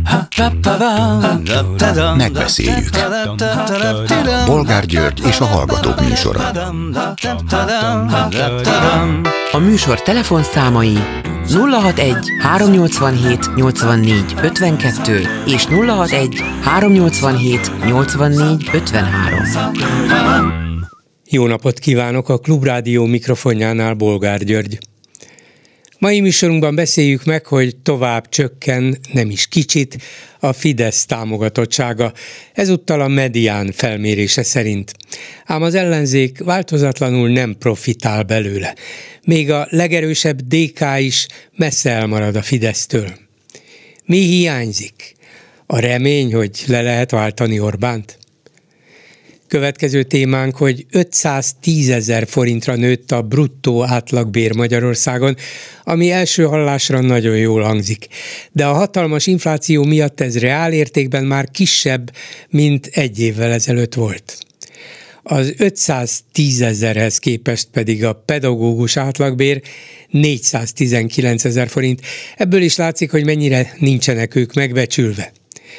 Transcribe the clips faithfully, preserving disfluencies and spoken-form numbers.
Megbeszéljük. Bolgár György és a Hallgatók műsora. A műsor telefonszámai nulla hatvanegy háromnyolcvanhét nyolcvannégy ötvenkettő és nulla hatvanegy háromnyolcvanhét nyolcvannégy ötvenhárom. Jó napot kívánok, a Klubrádió mikrofonjánál Bolgár György. Mai műsorunkban beszéljük meg, hogy tovább csökken, nem is kicsit, a Fidesz támogatottsága, ezúttal a Medián felmérése szerint. Ám az ellenzék változatlanul nem profitál belőle. Még a legerősebb dé ká is messze elmarad a Fidesztől. Mi hiányzik? A remény, hogy le lehet váltani Orbánt? Következő témánk, hogy ötszáztízezer forintra nőtt a bruttó átlagbér Magyarországon, ami első hallásra nagyon jól hangzik. De a hatalmas infláció miatt ez reál értékben már kisebb, mint egy évvel ezelőtt volt. Az ötszáztízezerhez képest pedig a pedagógus átlagbér négyszáztizenkilencezer forint. Ebből is látszik, hogy mennyire nincsenek ők megbecsülve.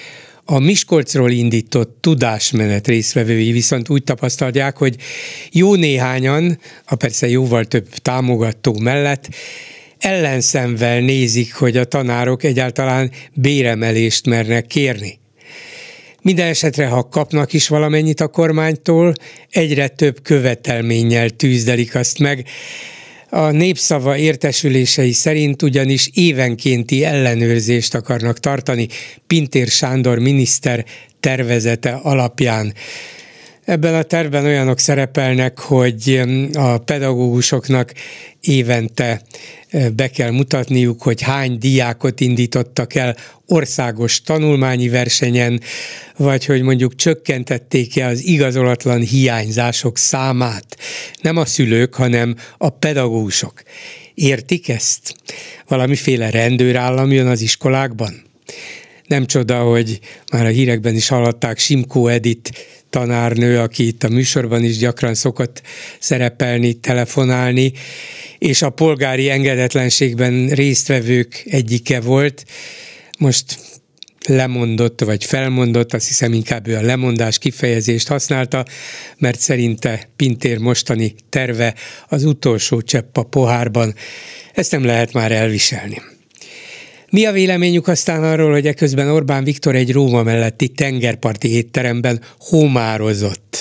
A Miskolcról indított tudásmenet résztvevői viszont úgy tapasztalják, hogy jó néhányan, a persze jóval több támogató mellett, ellenszemvel nézik, hogy a tanárok egyáltalán béremelést mernek kérni. Minden esetre, ha kapnak is valamennyit a kormánytól, egyre több követelménnyel tűzdelik azt meg. A Népszava értesülései szerint ugyanis évenkénti ellenőrzést akarnak tartani Pintér Sándor miniszter tervezete alapján. Ebben a tervben olyanok szerepelnek, hogy a pedagógusoknak évente be kell mutatniuk, hogy hány diákot indítottak el országos tanulmányi versenyen, vagy hogy mondjuk csökkentették-e az igazolatlan hiányzások számát. Nem a szülők, hanem a pedagógusok. Értik ezt? Valamiféle rendőrállam jön az iskolákban? Nem csoda, hogy már a hírekben is hallották Simkó Edit tanárnő, aki itt a műsorban is gyakran szokott szerepelni, telefonálni, és a polgári engedetlenségben résztvevők egyike volt. Most lemondott, vagy felmondott, azt hiszem inkább ő a lemondás kifejezést használta, mert szerinte Pintér mostani terve az utolsó csepp a pohárban. Ezt nem lehet már elviselni. Mi a véleményük aztán arról, hogy eközben Orbán Viktor egy Róma melletti tengerparti étteremben homározott?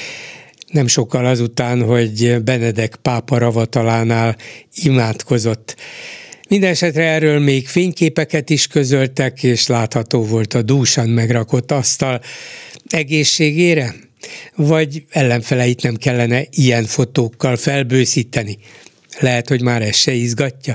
Nem sokkal azután, hogy Benedek pápa ravatalánál imádkozott. Mindenesetre erről még fényképeket is közöltek, és látható volt a dúsan megrakott asztal. Egészségére? Vagy ellenfeleit nem kellene ilyen fotókkal felbőszíteni? Lehet, hogy már ez se izgatja.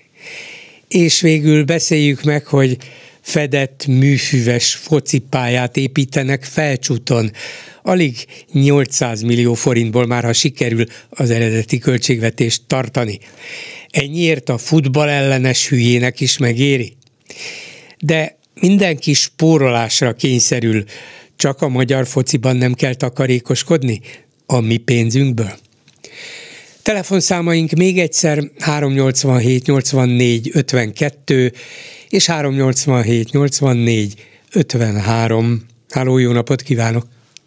És végül beszéljük meg, hogy fedett műfüves focipályát építenek Felcsúton. Alig nyolcszáz millió forintból már, ha sikerül az eredeti költségvetést tartani. Ennyiért a futball ellenes hülyének is megéri. De mindenki spórolásra kényszerül, csak a magyar fociban nem kell takarékoskodni a mi pénzünkből. Telefonszámaink még egyszer háromnyolcvanhét nyolcvannégy ötvenkettő és háromnyolcvanhét nyolcvannégy ötvenhárom. Halló, jó napot kívánok!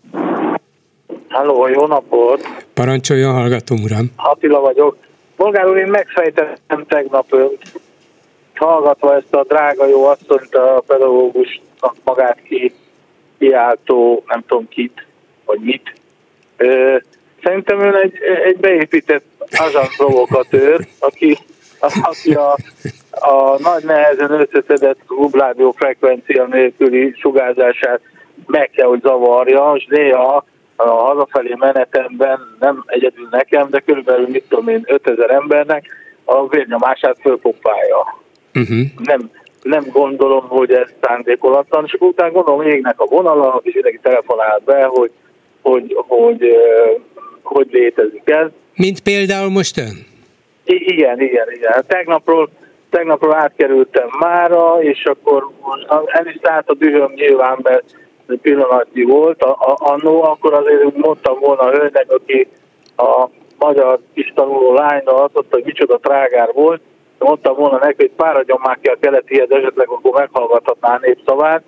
Halló, jó napot! Parancsoljon, hallgatom, uram! Attila vagyok. Bolgár úr, én megfejtettem tegnap önt, hallgatva ezt a drága jó asszonyt, a pedagógusnak magát ki, kiáltó, nem tudom kit, vagy mit. Ö, Szerintem ön egy, egy beépített azon provokatőr, aki, aki a, a nagy nehezen összeszedett klubrádió frekvencia nélküli sugárzását meg kell, hogy zavarja, és néha a hazafelé menetemben, nem egyedül nekem, de körülbelül mit tudom én, ötezer embernek a vérnyomását fölpumpálja. Uh-huh. Nem, nem gondolom, hogy ez szándékolatlan, és akkor utána gondolom, égnek a vonalak, és mindenki telefonál be, hogy hogy, hogy, hogy, hogy létezik ez. Mint például most ön? I- igen, igen, igen. Tegnapról, tegnapról átkerültem mára, és akkor el is szállt a dühöm nyilván, mert pillanatnyi volt. A, a, annó, akkor azért mondtam volna a hölgynek, aki a magyar kis tanuló lányra azt mondta, hogy micsoda trágár volt, mondtam volna neki, hogy fáradjon már ki a keletihez, esetleg akkor meghallgathatná a népszavát,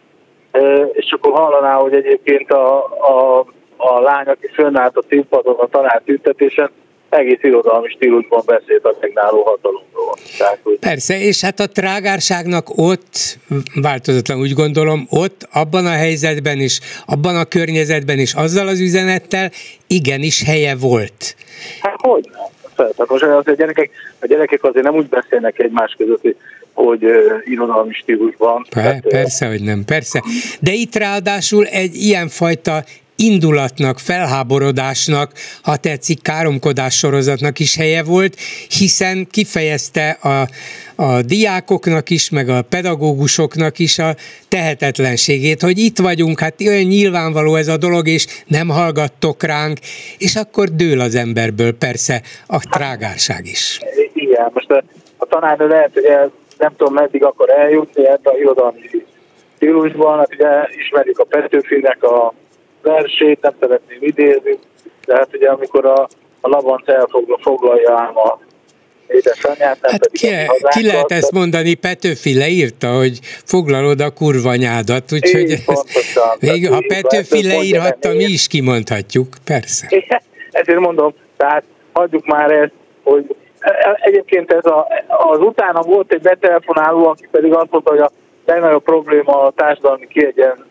és akkor hallaná, hogy egyébként a, a, a lány, aki fönnállt a színpadon a tanártüntetésen, egész irodalmi stílusban beszélt a tegnáló hatalomról. Tehát, hogy... Persze, és hát a trágárságnak ott, változatlan úgy gondolom, ott, abban a helyzetben és abban a környezetben és azzal az üzenettel igenis helye volt. Hát hogy nem? Most az, a, gyerekek, a gyerekek azért nem úgy beszélnek egymás között, hogy, hogy uh, irodalmi stílusban. Per, tehát, persze, hogy nem, persze. De itt ráadásul egy ilyenfajta indulatnak, felháborodásnak, ha tetszik, káromkodás sorozatnak is helye volt, hiszen kifejezte a, a diákoknak is, meg a pedagógusoknak is a tehetetlenségét, hogy itt vagyunk, hát olyan nyilvánvaló ez a dolog, és nem hallgattok ránk, és akkor dől az emberből persze a trágárság is. Igen, most a, a tanárnő lehet, hogy el, nem tudom meddig akar eljutni ebben a irodalmi stílusban, hát ugye ismerjük a Petőfinek a versét, nem szeretném idézni, de hát ugye amikor a, a labanc elfoglalja ám a édesanyját, nem hát pedig ki, a ki lehet ezt mondani, Petőfi leírta, hogy foglalod a kurvanyádat, úgyhogy ez, még, ha Petőfi leírhatta, mi is kimondhatjuk, persze. Ezért mondom, tehát hagyjuk már ezt, hogy egyébként ez a, az utána volt egy betelefonáló, aki pedig azt mondta, hogy a legnagyobb probléma a társadalmi kiegyen,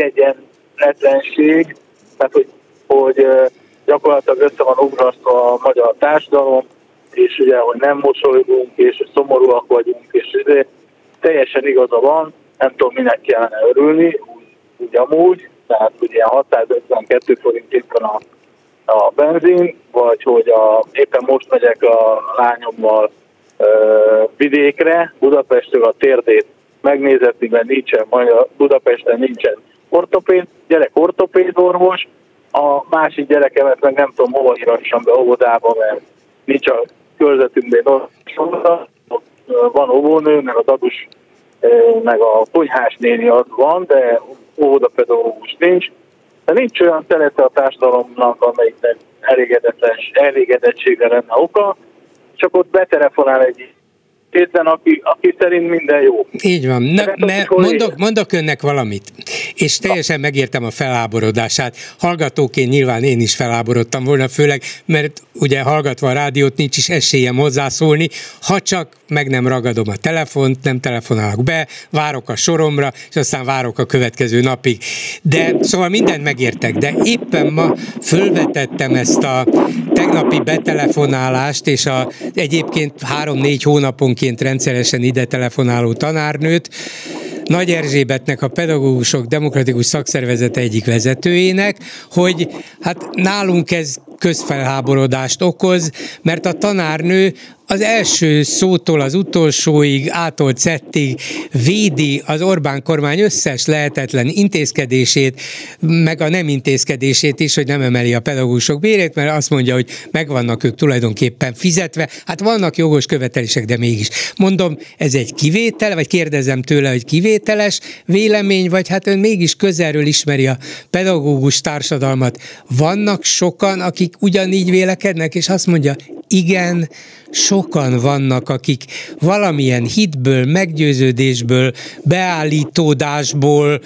kiegyenletlenség, tehát hogy, hogy gyakorlatilag össze van ugrasztva a magyar társadalom, és ugye, hogy nem mosolygunk, és szomorúak vagyunk, és ugye, teljesen igaza van, nem tudom, minek kellene örülni, úgy, úgy amúgy, tehát ugye hatszázötvenkettő forint éppen a, a benzin, vagy hogy a, éppen most megyek a lányommal ö, vidékre, Budapestről a térdét megnézetni, mert nincsen, majd Budapesten nincsen ortopéd, gyerek ortopédorvos, a másik gyerekemet meg nem tudom hova írassam be óvodába, mert nincs a körzetünkben orvosa, van óvónő, meg a dadus, meg a konyhás néni az van, de óvodapedagógus nincs. De nincs olyan területe a társadalomnak, amelyiknek elégedettségre lenne oka, csak ott betelefonál egy kétlen, aki, aki szerint minden jó. Így van. Na, ne, mondok, mondok önnek valamit, és teljesen megértem a felháborodását. Hallgatóként nyilván én is felháborodtam volna, főleg, mert ugye hallgatva a rádiót nincs is esélyem hozzászólni, ha csak meg nem ragadom a telefont, nem telefonálok be, várok a soromra, és aztán várok a következő napig. De szóval mindent megértek, de éppen ma fölvetettem ezt a tegnapi betelefonálást, és a egyébként három-négy hónaponként rendszeresen ide telefonáló tanárnőt, Nagy Erzsébetnek, a Pedagógusok Demokratikus Szakszervezete egyik vezetőjének, hogy hát nálunk ez közfelháborodást okoz, mert a tanárnő az első szótól az utolsóig, ától zettig védi az Orbán kormány összes lehetetlen intézkedését, meg a nem intézkedését is, hogy nem emeli a pedagógusok bérét, mert azt mondja, hogy megvannak ők tulajdonképpen fizetve. Hát vannak jogos követelések, de mégis. Mondom, ez egy kivétel, vagy kérdezem tőle, hogy kivételes vélemény, vagy hát ön mégis közelről ismeri a pedagógus társadalmat. Vannak sokan, akik ugyanígy vélekednek, és azt mondja, igen, sokan vannak, akik valamilyen hitből, meggyőződésből, beállítódásból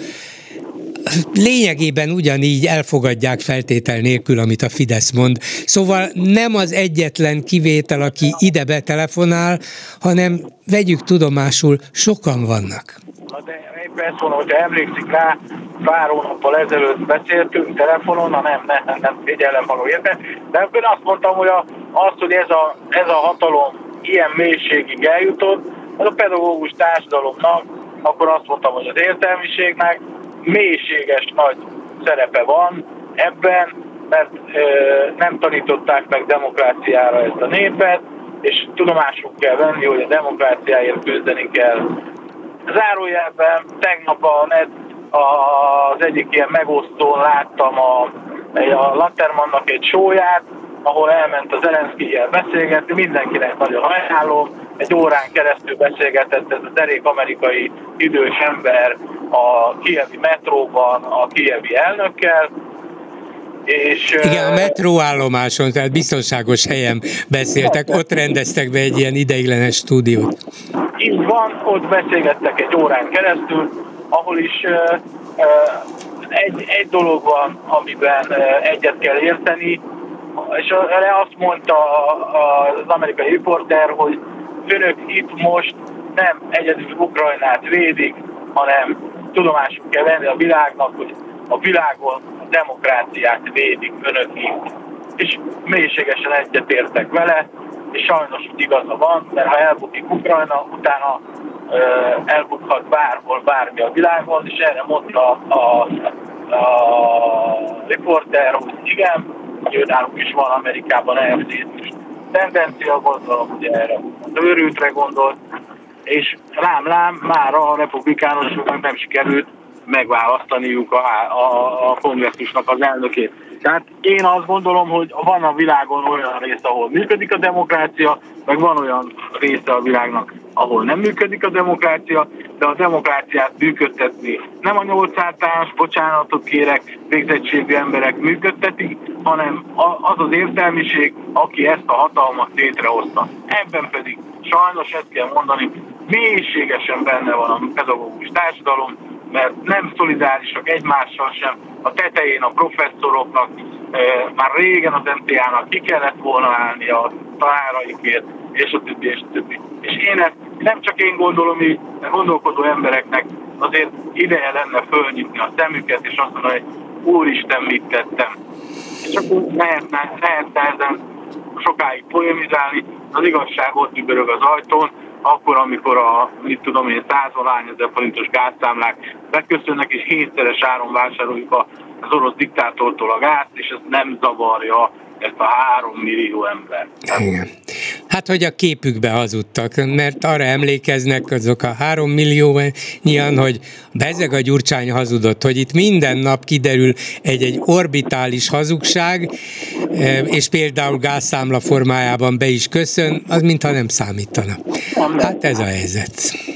lényegében ugyanígy elfogadják feltétel nélkül, amit a Fidesz mond. Szóval nem az egyetlen kivétel, aki ide betelefonál, hanem vegyük tudomásul, sokan vannak. Na de éppen ezt mondom, hogyha emlékszik rá, pár hónappal ezelőtt beszéltünk telefonon, na nem, nem, nem figyelem való érte, de én azt mondtam, hogy a, azt, hogy ez a, ez a hatalom ilyen mélységig eljutott, az a pedagógus társadalomnak, akkor azt mondtam, hogy az értelmiségnek mélységes nagy szerepe van ebben, mert ö, nem tanították meg demokráciára ezt a népet, és tudomásul kell venni, hogy a demokráciáért küzdeni kell. Zárójelben tegnap a net, az egyik ilyen megosztón láttam a, a Lattermannak egy showját, ahol elment a Zelenszkijjel beszélgetni, mindenkinek nagyon ajánlom, egy órán keresztül beszélgetett ez a derék amerikai idős ember a kijevi metróban a kijevi elnökkel, És, igen, a metróállomáson, tehát biztonságos helyen beszéltek, ott rendeztek be egy ilyen ideiglenes stúdiót. Így van, ott beszélgettek egy órán keresztül, ahol is uh, uh, egy, egy dolog van, amiben uh, egyet kell érteni, és azt mondta az amerikai riporter, hogy önök itt most nem egyedül Ukrajnát védik, hanem tudomásuk kell venni a világnak, hogy a világon a demokráciát védik önök itt. És mélységesen egyetértek vele, és sajnos igaza van, mert ha elbukik Ukrajna, utána ö, elbukhat bárhol, bármi a világon, és erre mondta a, a riporter, hogy igen, hogy náluk is van Amerikában elszétűs tendencia, gondolom, ugye erre az őrültre gondolt, és lám-lám, már a republikánusoknak nem sikerült megválasztaniuk a, a, a kongresszusnak az elnökét. Tehát én azt gondolom, hogy van a világon olyan rész, ahol működik a demokrácia, meg van olyan része a világnak, ahol nem működik a demokrácia, de a demokráciát működtetni nem a nyolcszázas, bocsánatot kérek, végzettségű emberek működtetik, hanem az az értelmiség, aki ezt a hatalmat létrehozta. Ebben pedig sajnos ezt kell mondani, mélységesen benne van a pedagógus társadalom, mert nem szolidárisak egymással sem. A tetején a professzoroknak, e, már régen az em té á-nak ki kellett volna állni a tanáraikért, és a többi, és a többi. És én ezt nem csak én gondolom így, de gondolkodó embereknek azért ideje lenne fölnyitni a szemüket, és azt mondani, hogy Úristen, mit tettem. És akkor lehetne, lehetne ezen sokáig polemizálni, az igazság ott übörög az ajtón, akkor, amikor a, mit tudom én, százalány ezer forintos gázszámlák beköszönnek, és hétszeres áron vásároljuk az orosz diktátortól a gázt, és ez nem zavarja ezt a három millió ember. Igen. Hát, hogy a képükbe hazudtak, mert arra emlékeznek azok a három millió nyian, hogy bezeg a Gyurcsány hazudott, hogy itt minden nap kiderül egy-egy orbitális hazugság, és például gázszámla formájában be is köszön, az mintha nem számítana. Hát ez a helyzet.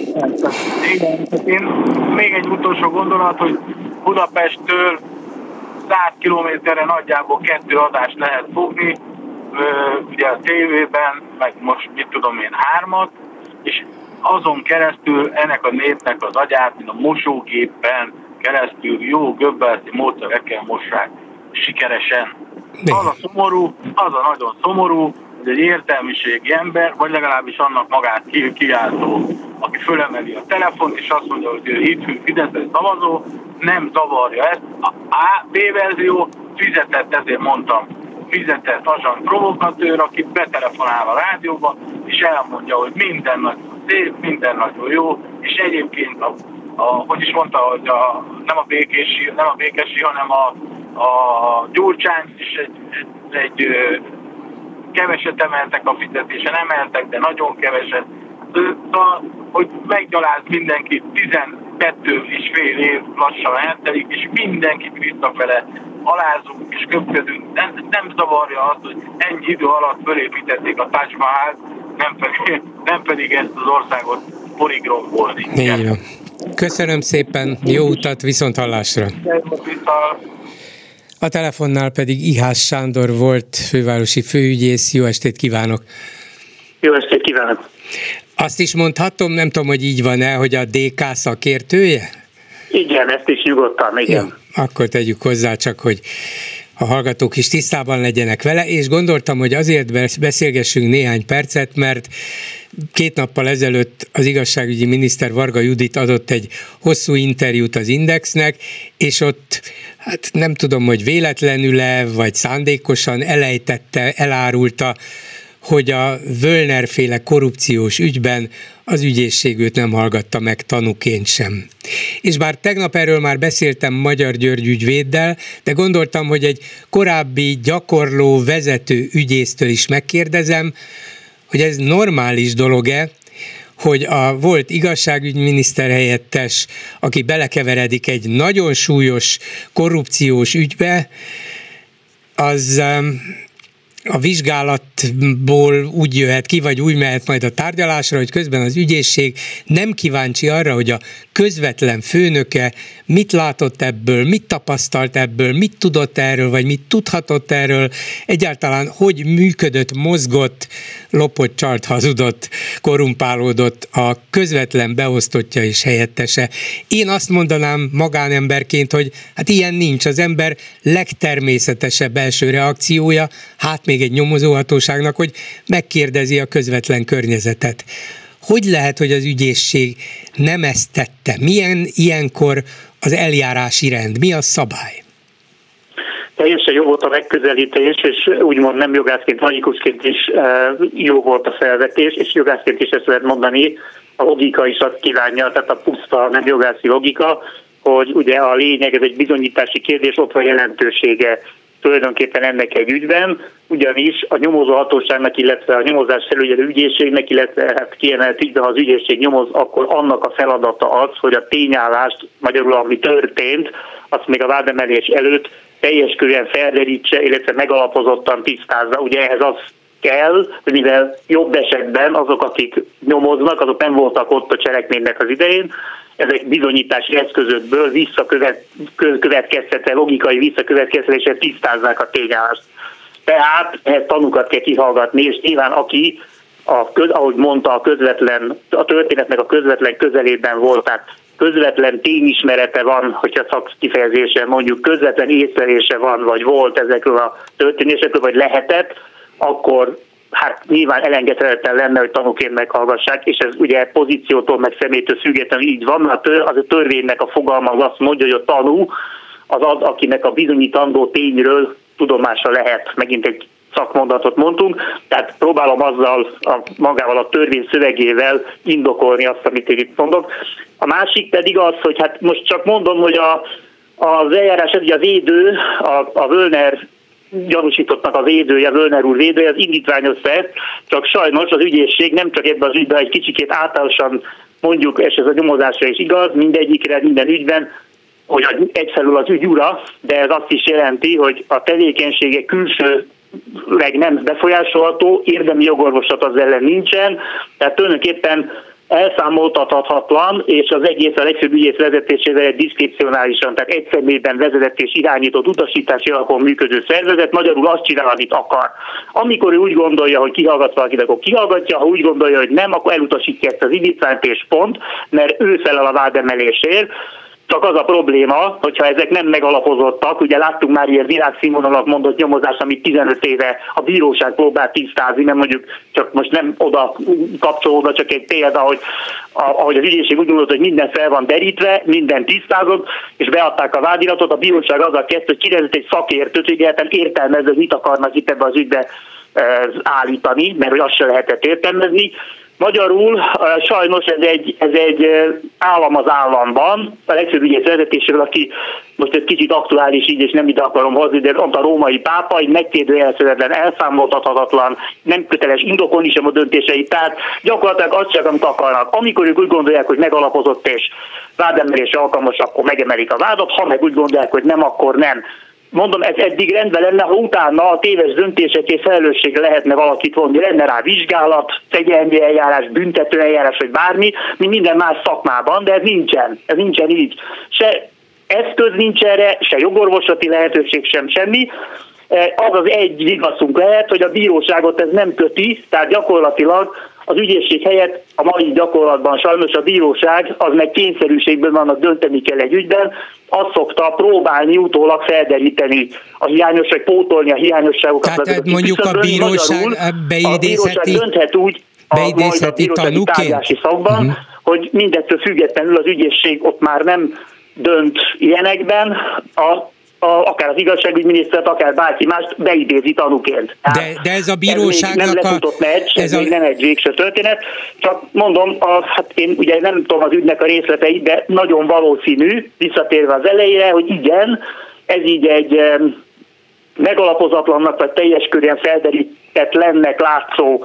Igen, én még egy utolsó gondolat, hogy Budapesttől száz kilométerre nagyjából kettő adást lehet fogni, ugye a tévében, meg most mit tudom én hármat, és azon keresztül ennek a népnek az agyát, mint a mosógépen keresztül jó göbbelti módszerekkel mossák sikeresen. Az a szomorú, az a nagyon szomorú, hogy egy értelmiségi ember, vagy legalábbis annak magát kiáltó, aki fölemeli a telefont, és azt mondja, hogy ő hitfű Fideszes szavazó, nem zavarja ezt. A A, B verzió fizetett, ezért mondtam, fizetett azon provokatőr, aki betelefonál a rádióba, és elmondja, hogy minden nagyon szép, minden nagyon jó, és egyébként a, a hogy is mondta, hogy a, nem a békési, nem a békési, hanem a, a Gyurcsány is egy, egy, egy keveset emeltek a fizetésen, emeltek, de nagyon keveset. Szóval, hogy meggyaláz mindenki, tizenkettő és fél év lassan eltelik, és mindenkit visszafele alázunk és köpködünk. Nem, nem zavarja azt, hogy ennyi idő alatt fölépítették a Taj Mahalt, nem pedig, nem pedig ezt az országot poligrombolni. Így van. Köszönöm szépen, jó utat, viszont hallásra. A telefonnál pedig Ihás Sándor volt, fővárosi főügyész. Jó estét kívánok! Jó estét kívánok! Azt is mondhatom, nem tudom, hogy így van-e, hogy a dé ká szakértője? Igen, ezt is nyugodtan, igen. Jó, akkor tegyük hozzá csak, hogy a hallgatók is tisztában legyenek vele, és gondoltam, hogy azért beszélgessünk néhány percet, mert két nappal ezelőtt az igazságügyi miniszter Varga Judit adott egy hosszú interjút az Indexnek, és ott, hát nem tudom, hogy véletlenül-e, vagy szándékosan elejtette, elárulta, hogy a Völner-féle korrupciós ügyben az ügyészség őt nem hallgatta meg tanúként sem. És bár tegnap erről már beszéltem Magyar György ügyvéddel, de gondoltam, hogy egy korábbi gyakorló vezető ügyésztől is megkérdezem, hogy ez normális dolog-e, hogy a volt igazságügyminiszter helyettes, aki belekeveredik egy nagyon súlyos korrupciós ügybe, az a vizsgálatból úgy jöhet ki, vagy úgy mehet majd a tárgyalásra, hogy közben az ügyészség nem kíváncsi arra, hogy a közvetlen főnöke mit látott ebből, mit tapasztalt ebből, mit tudott erről, vagy mit tudhatott erről, egyáltalán hogy működött, mozgott, lopott, csalt, hazudott, korrumpálódott a közvetlen beosztottja és helyettese. Én azt mondanám magánemberként, hogy hát ilyen nincs. Az ember legtermészetesebb első reakciója, hát még egy nyomozóhatóságnak, hogy megkérdezi a közvetlen környezetet. Hogy lehet, hogy az ügyészség nem ezt tette? Milyen ilyenkor az eljárási rend? Mi a szabály? Teljesen jó volt a megközelítés, és úgymond nem jogászként, laikusként is jó volt a felvetés, és jogászként is ezt lehet mondani, a logika is azt kívánja, tehát a puszta nem jogászi logika, hogy ugye a lényeg, ez egy bizonyítási kérdés, ott van jelentősége tulajdonképpen ennek egy ügyben, ugyanis a nyomozóhatóságnak, illetve a nyomozás felügyelő ügyészségnek, illetve hát kiemelt ügyben, ha az ügyészség nyomoz, akkor annak a feladata az, hogy a tényállást, magyarul ami történt, azt még a vádemelés előtt teljes körűen felderítse, illetve megalapozottan tisztázza. Ugye ehhez az kell, hogy mivel jobb esetben azok, akik nyomoznak, azok nem voltak ott a cselekménynek az idején, ezek bizonyítási eszközökből visszakövetkeztetve, logikai visszakövetkeztetéssel tisztázzák a tényállást. Tehát ehhez tanúkat kell kihallgatni, és nyilván aki, a köz, ahogy mondta, a, közvetlen, a történetnek a közvetlen közelében volt, tehát közvetlen tényismerete van, hogyha szakkifejezésen mondjuk közvetlen észlelése van, vagy volt ezekről a történésekről, vagy lehetett, akkor hát nyilván elengedhetetlen lenne, hogy tanúként meghallgassák, és ez ugye pozíciótól meg személytől függetlenül így van, mert az a törvénynek a fogalma az azt mondja, hogy a tanú az az, akinek a bizonyítandó tényről tudomása lehet. Megint egy szakmondatot mondtunk, tehát próbálom azzal a, magával a törvény szövegével indokolni azt, amit én itt mondok. A másik pedig az, hogy hát most csak mondom, hogy a, az eljárás, ugye a védő, a, a Völner gyanúsítottnak a védője, Völner úr védője, az indítványozta ezt, csak sajnos az ügyészség nem csak ebben az ügyben, egy kicsikét általánosan mondjuk, és ez a nyomozásra is igaz, mindegyikre, minden ügyben, hogy egyfelől az ügy ura, de ez azt is jelenti, hogy a tevékenysége külsőleg nem befolyásolható, érdemi jogorvoslat az ellen nincsen, tehát tulajdonképpen elszámoltathatatlan, és az egész a legfőbb ügyész vezetésével egy diszkrecionálisan, tehát egy személyben vezetett és irányított utasítási alapon működő szervezet, magyarul azt csinál, amit akar. Amikor ő úgy gondolja, hogy kihallgat valakit, akkor kihallgatja, ha úgy gondolja, hogy nem, akkor elutasítja ezt az indítványt és pont, mert ő felel a vádemelésért. Csak az a probléma, hogyha ezek nem megalapozottak, ugye láttunk már ilyen világszínvonalat mondott nyomozás, amit tizenöt éve a bíróság próbál tisztázni, nem mondjuk csak most nem oda kapcsolódva, csak egy példa, hogy ahogy az ügyészség úgy gondolt, hogy minden fel van derítve, minden tisztázott, és beadták a vádiratot, a bíróság azzal kezdte, hogy kinevezett egy szakértőt, hogy egyáltalán értelmező, hogy mit akarnak itt ebbe az ügybe állítani, mert hogy azt se lehetett értelmezni. Magyarul sajnos ez egy, ez egy állam az államban, a legfőbb ügyész vezetésével, aki most ez kicsit aktuális így, és nem ide akarom hozni, de ott a római pápa, egy megkérdőjelezhetetlen, elszámoltathatatlan, nem köteles indokolni sem a döntéseit, tehát gyakorlatilag azt csak, amit akarnak. Amikor ők úgy gondolják, hogy megalapozott és vádemelésre alkalmas, akkor megemelik a vádat, ha meg úgy gondolják, hogy nem, akkor nem. Mondom, ez eddig rendben lenne, ha utána a téves döntésekért felelősségre lehetne valakit vonni, lenne rá vizsgálat, fegyelmi eljárás, büntető eljárás, vagy bármi, mint minden más szakmában, de ez nincsen. Ez nincsen így. Se eszköz nincs erre, se jogorvoslati lehetőség, sem semmi. Az az egy vigaszunk lehet, hogy a bíróságot ez nem köti, tehát gyakorlatilag az ügyészség helyett a mai gyakorlatban sajnos a bíróság, az meg kényszerűségből vannak, dönteni kell egy ügyben, azt szokta próbálni utólag felderíteni a hiányos, vagy pótolni a hiányosságokat. Tehát mondjuk a bíróság beidézheti, a bíróság dönthet úgy a majd a bírósági tárgyási szakban, uh-huh. hogy mindettől függetlenül az ügyészség ott már nem dönt ilyenekben, a A, akár az igazságügyminisztert, akár bárki mást beidézi tanúként. De, de ez a bíróságnak ez még nem lefutott meccs, ez, ez a... még nem egy végső történet. Csak mondom, a, hát én ugye nem tudom az ügynek a részleteit, de nagyon valószínű, visszatérve az elejére, hogy igen, ez így egy um, megalapozatlannak, vagy teljes körűen felderítetlennek látszó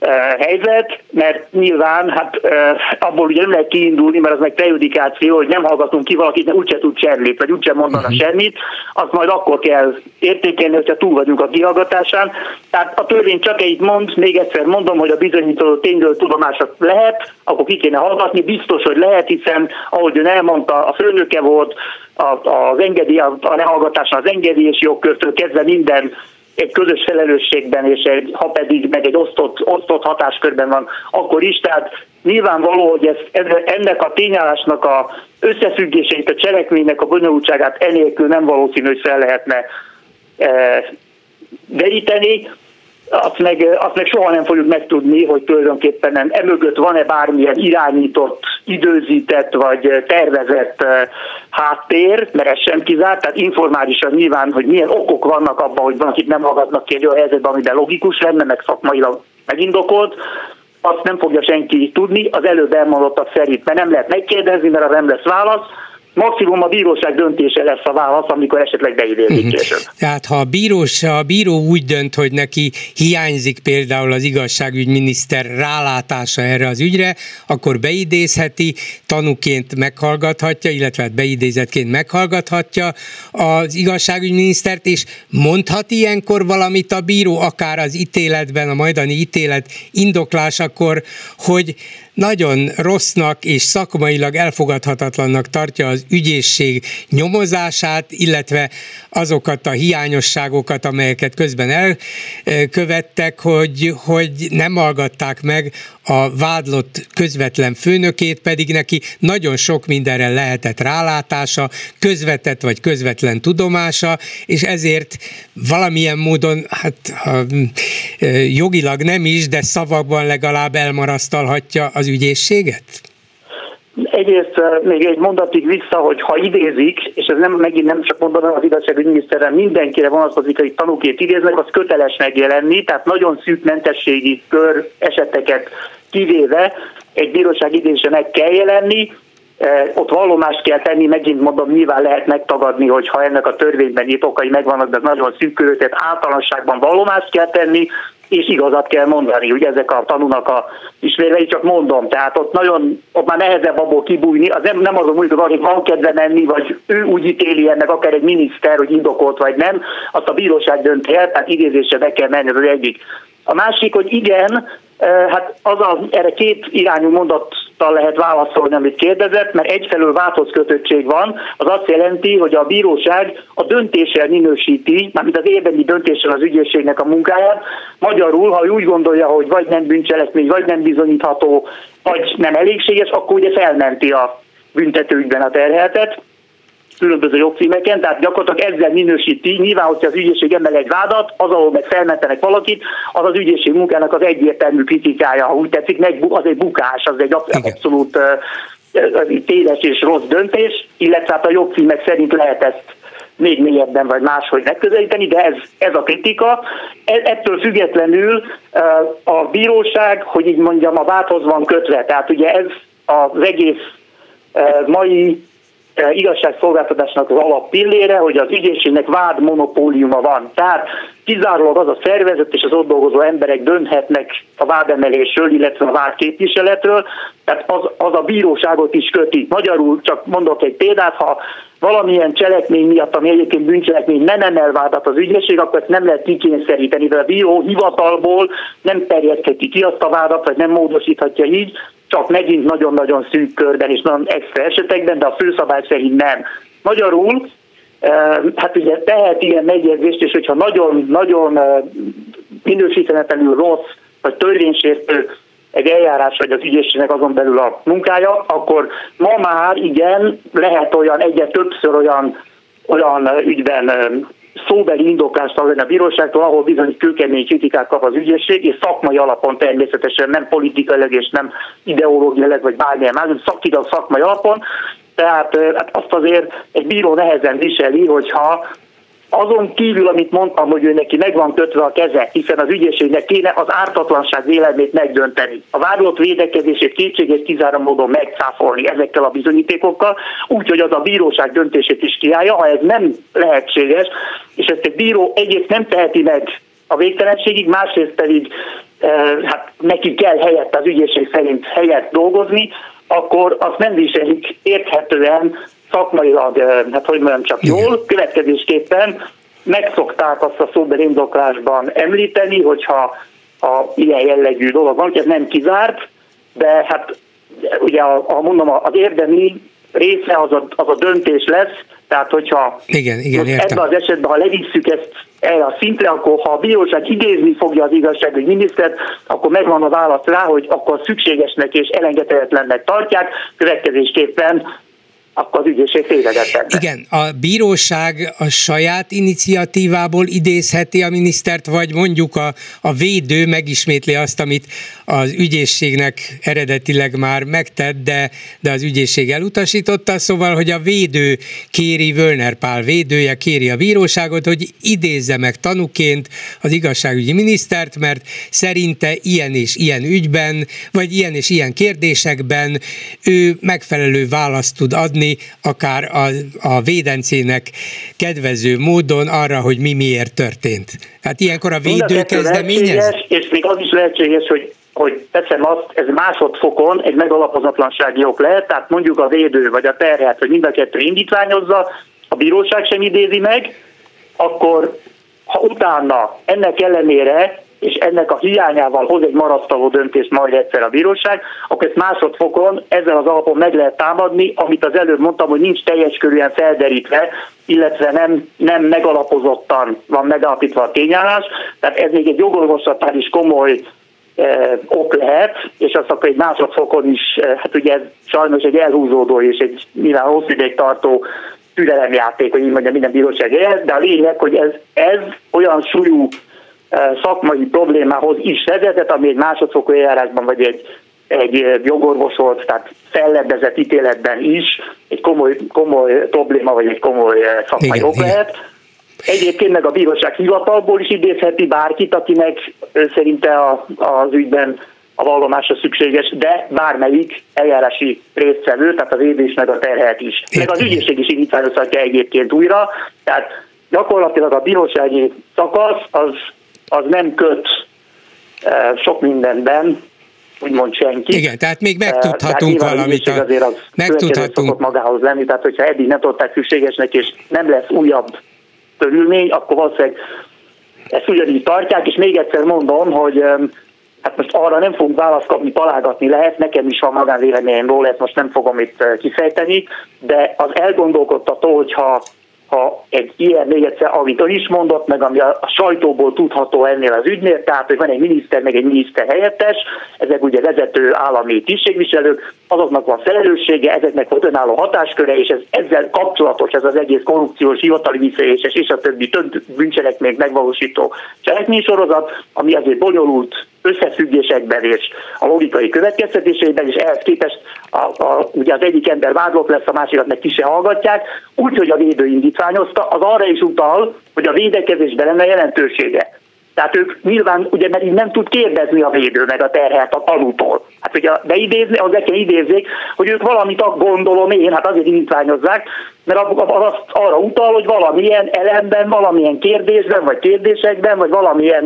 helyzet, mert nyilván hát abból ugye nem lehet kiindulni, mert az meg prejudikáció, hogy nem hallgatunk ki valakit, de úgyse tud semmit, vagy úgyse mondana uh-huh. semmit, azt majd akkor kell értékelni, hogyha túl vagyunk a kihallgatásán. Tehát a törvény csak egy mond, még egyszer mondom, hogy a bizonyító tényről tudomása lehet, akkor ki kéne hallgatni, biztos, hogy lehet, hiszen ahogy ön elmondta, a főnöke volt, az engedély, a lehallgatáson az engedélyes jogkörtől kezdve minden egy közös felelősségben, és egy, ha pedig meg egy osztott, osztott hatáskörben van, akkor is. Tehát nyilvánvaló, hogy ez, ennek a tényállásnak a összefüggéseit, a cselekménynek a bonyolultságát enélkül nem valószínű, hogy fel lehetne e, deríteni. Azt meg, azt meg soha nem fogjuk megtudni, hogy tulajdonképpen emögött van-e bármilyen irányított, időzített vagy tervezett háttér, mert ez sem kizárt, tehát informálisan nyilván, hogy milyen okok vannak abban, hogy valakit nem hallgatnak ki egy olyan helyzetben, amiben logikus lenne, meg szakmailag megindokolt, azt nem fogja senki tudni, az előbb elmondottak szerint, mert nem lehet megkérdezni, mert arra nem lesz válasz. Maximum a bíróság döntése lesz a válasz, amikor esetleg beidézik később. Uh-huh. Tehát ha a, bírós, a bíró úgy dönt, hogy neki hiányzik például az igazságügyminiszter rálátása erre az ügyre, akkor beidézheti, tanúként meghallgathatja, illetve beidézetként meghallgathatja az igazságügyminisztert, és mondhat ilyenkor valamit a bíró, akár az ítéletben, a majdani ítélet indoklásakor, hogy nagyon rossznak és szakmailag elfogadhatatlannak tartja az ügyészség nyomozását, illetve azokat a hiányosságokat, amelyeket közben elkövettek, hogy, hogy nem hallgatták meg a vádlott közvetlen főnökét, pedig neki nagyon sok mindenre lehetett rálátása, közvetett vagy közvetlen tudomása, és ezért valamilyen módon, hát jogilag nem is, de szavakban legalább elmarasztalhatja az ügyészséget? Egyrészt még egy mondatig vissza, hogy ha idézik, és ez nem, megint nem csak mondanom az igazságügyminiszterre, mindenkire vonatkozik, hogy tanúként idéznek, az köteles megjelenni, tehát nagyon szűk mentességi kör eseteket kivéve egy bíróság idézése meg kell jelenni, ott vallomást kell tenni, megint mondom, nyilván lehet megtagadni, hogyha ennek a törvényben írt okai megvannak, de nagyon szűk körül, tehát általánosságban vallomást kell tenni, és igazat kell mondani, ugye ezek a tanúnak a ismérvei, csak mondom, tehát ott nagyon, ott már nehezebb abból kibújni, az nem, nem azon múlik, hogy van kedve menni, vagy ő úgy ítéli ennek, akár egy miniszter, hogy indokolt vagy nem, azt a bíróság dönti el, tehát idézésre be kell menni, ez az egyik. A másik, hogy igen, hát az a, erre két irányú mondattal lehet válaszolni, amit kérdezett, mert egyfelől vádhoz kötöttség van, az azt jelenti, hogy a bíróság a döntéssel minősíti, mármint az érdemi döntéssel az ügyészségnek a munkáját. Magyarul, ha úgy gondolja, hogy vagy nem bűncselekmény, vagy nem bizonyítható, vagy nem elégséges, akkor ugye felmenti a büntetőügyben a terheltet, különböző jogcímeken, tehát gyakorlatilag ezzel minősíti. Nyilván, hogyha az ügyészség emel egy vádat, az, ahol meg felmentenek valakit, az az ügyészség munkának az egyértelmű kritikája, ha úgy tetszik, meg az egy bukás, az egy abszolút uh, téves és rossz döntés, illetve hát a jogcímek szerint lehet ezt még mélyebben vagy máshogy megközelíteni, de ez, ez a kritika. Ettől függetlenül uh, a bíróság, hogy így mondjam, a vádhoz van kötve. Tehát ugye ez az egész uh, mai igazságszolgáltatásnak az alappillére, hogy az ügyészségnek vád monopóliuma van. Tehát kizárólag az a szervezet és az ott dolgozó emberek dönthetnek a vádemelésről, illetve a vádképviseletről, tehát az, az a bíróságot is köti. Magyarul csak mondok egy példát, ha valamilyen cselekmény miatt, ami egyébként bűncselekmény, nem emel vádat az ügyészség, akkor ezt nem lehet kikényszeríteni, de a bíró hivatalból nem terjesztheti ki azt a vádat, vagy nem módosíthatja így, csak megint nagyon-nagyon szűk körben és nagyon extra esetekben, de a főszabály szerint nem. Magyarul, hát ugye tehet ilyen megjegyzést, és hogyha nagyon-nagyon minősíthetetlenül rossz, vagy törvénysértő egy eljárás, vagy az ügyészségnek azon belül a munkája, akkor ma már igen, lehet olyan, egyre többször olyan, olyan ügyben szóbeli indoklást hallani a bíróságtól, ahol bizony kőkemény kritikát kap az ügyészség, és szakmai alapon természetesen, nem politikailag és nem ideológiailag, vagy bármilyen más, szakilag szakmai alapon. Tehát hát azt azért egy bíró nehezen viseli, hogyha azon kívül, amit mondtam, hogy ő neki meg van kötve a keze, hiszen az ügyészségnek kéne az ártatlanság vélelmét megdönteni. A vádlott védekezését kétséges kizárólag módon megcáfolni ezekkel a bizonyítékokkal, úgyhogy az a bíróság döntését is kiállja, ha ez nem lehetséges, és ezt egy bíró egyrészt nem teheti meg a végtelenségig, másrészt pedig hát neki kell helyett, az ügyészség szerint helyett dolgozni, akkor azt nem viselik érthetően, szakmailag, hát hogy mondjam, csak jól, következésképpen megszokták azt a szóbeli indoklásban említeni, hogyha ha ilyen jellegű dolog van, hogy ez nem kizárt, de hát ugye a, a, mondom, az érdemi része az a, az a döntés lesz, tehát hogyha igen, igen, ebben az esetben, ha levisszük ezt erre a szintre, akkor ha a bíróság idézni fogja az igazságügyi minisztert, akkor megvan a válasz rá, hogy akkor szükségesnek és elengedhetetlennek tartják, következésképpen akkor az ügyészség tévedett. Igen, a bíróság a saját iniciatívából idézheti a minisztert, vagy mondjuk a, a védő megismétli azt, amit az ügyészségnek eredetileg már megtett, de, de az ügyészség elutasította, szóval, hogy a védő kéri, Völner Pál védője kéri a bíróságot, hogy idézze meg tanúként az igazságügyi minisztert, mert szerinte ilyen és ilyen ügyben, vagy ilyen és ilyen kérdésekben ő megfelelő választ tud adni, akár a, a védencének kedvező módon arra, hogy mi miért történt. Hát ilyenkor a védő kezdeményez. És még az is lehetséges, hogy, hogy teszem azt, ez másodfokon egy megalapozatlansági ok lehet, tehát mondjuk a védő vagy a terhelt, hogy mind a kettő indítványozza, a bíróság sem idézi meg, akkor ha utána ennek ellenére és ennek a hiányával hoz egy marasztaló döntést majd egyszer a bíróság, akkor ezt másodfokon ezzel az alapon meg lehet támadni, amit az előbb mondtam, hogy nincs teljes körűen felderítve, illetve nem, nem megalapozottan van megállapítva a tényállás, tehát ez még egy jogorvoslatán is komoly eh, ok lehet, és azt akkor egy másodfokon is, eh, hát ugye ez sajnos egy elhúzódó és egy nyilván hosszú ideig tartó türelemjáték, hogy így mondja minden bíróság ez, de a lényeg, hogy ez, ez olyan súlyú szakmai problémához is vezetett, ami egy másodfokú eljárásban, vagy egy, egy jogorvosolt, tehát fellebbezett ítéletben is egy komoly, komoly probléma, vagy egy komoly szakmai ok lehet. Egyébként meg a bíróság hivatalból is idézheti bárkit, akinek szerinte a, az ügyben a vallomása szükséges, de bármelyik eljárási résztvevő, tehát a védő is, meg a terhelt is. Meg az ügyészség is indítványozhatja egyébként újra, tehát gyakorlatilag a bírósági szakasz az az nem köt uh, sok mindenben, úgymond senki. Igen, tehát még megtudhatunk uh, valamit. A azért az megtudhatunk magához lenni, tehát hogyha eddig nem tudták szükségesnek, és nem lesz újabb körülmény, akkor valószínűleg ezt ugyanígy tartják, és még egyszer mondom, hogy um, hát most arra nem fogunk választ kapni, találgatni lehet, nekem is van magánvéleményem róla, ezt most nem fogom itt uh, kifejteni, de az elgondolkodtató, hogyha ha egy ilyen, még egyszer, amit ön is mondott, meg ami a, a sajtóból tudható ennél az ügynél, tehát, hogy van egy miniszter, meg egy miniszter helyettes, ezek ugye vezető állami tisztségviselők, azoknak van felelőssége, ezeknek van önálló hatásköre, és ez ezzel kapcsolatos ez az egész korrupciós, hivatali visszaéléses és a többi több bűncselekményt megvalósító cselekménysorozat, ami azért bonyolult összefüggésekben és a logikai következtetéseiben, és ehhez képest a, a, ugye az egyik ember vádlott lesz, a másikat meg ki se hallgatják, úgyhogy a védő indítványozta, az arra is utal, hogy a védekezésben lenne jelentősége. Tehát ők nyilván, ugye, mert így nem tud kérdezni a védő meg a terhelt a tanútól. Hát ugye beidézni, az nekem idézzék, hogy ők valamit gondolom én, hát azért indítványozzák, mert az arra utal, hogy valamilyen elemben, valamilyen kérdésben, vagy kérdésekben, vagy valamilyen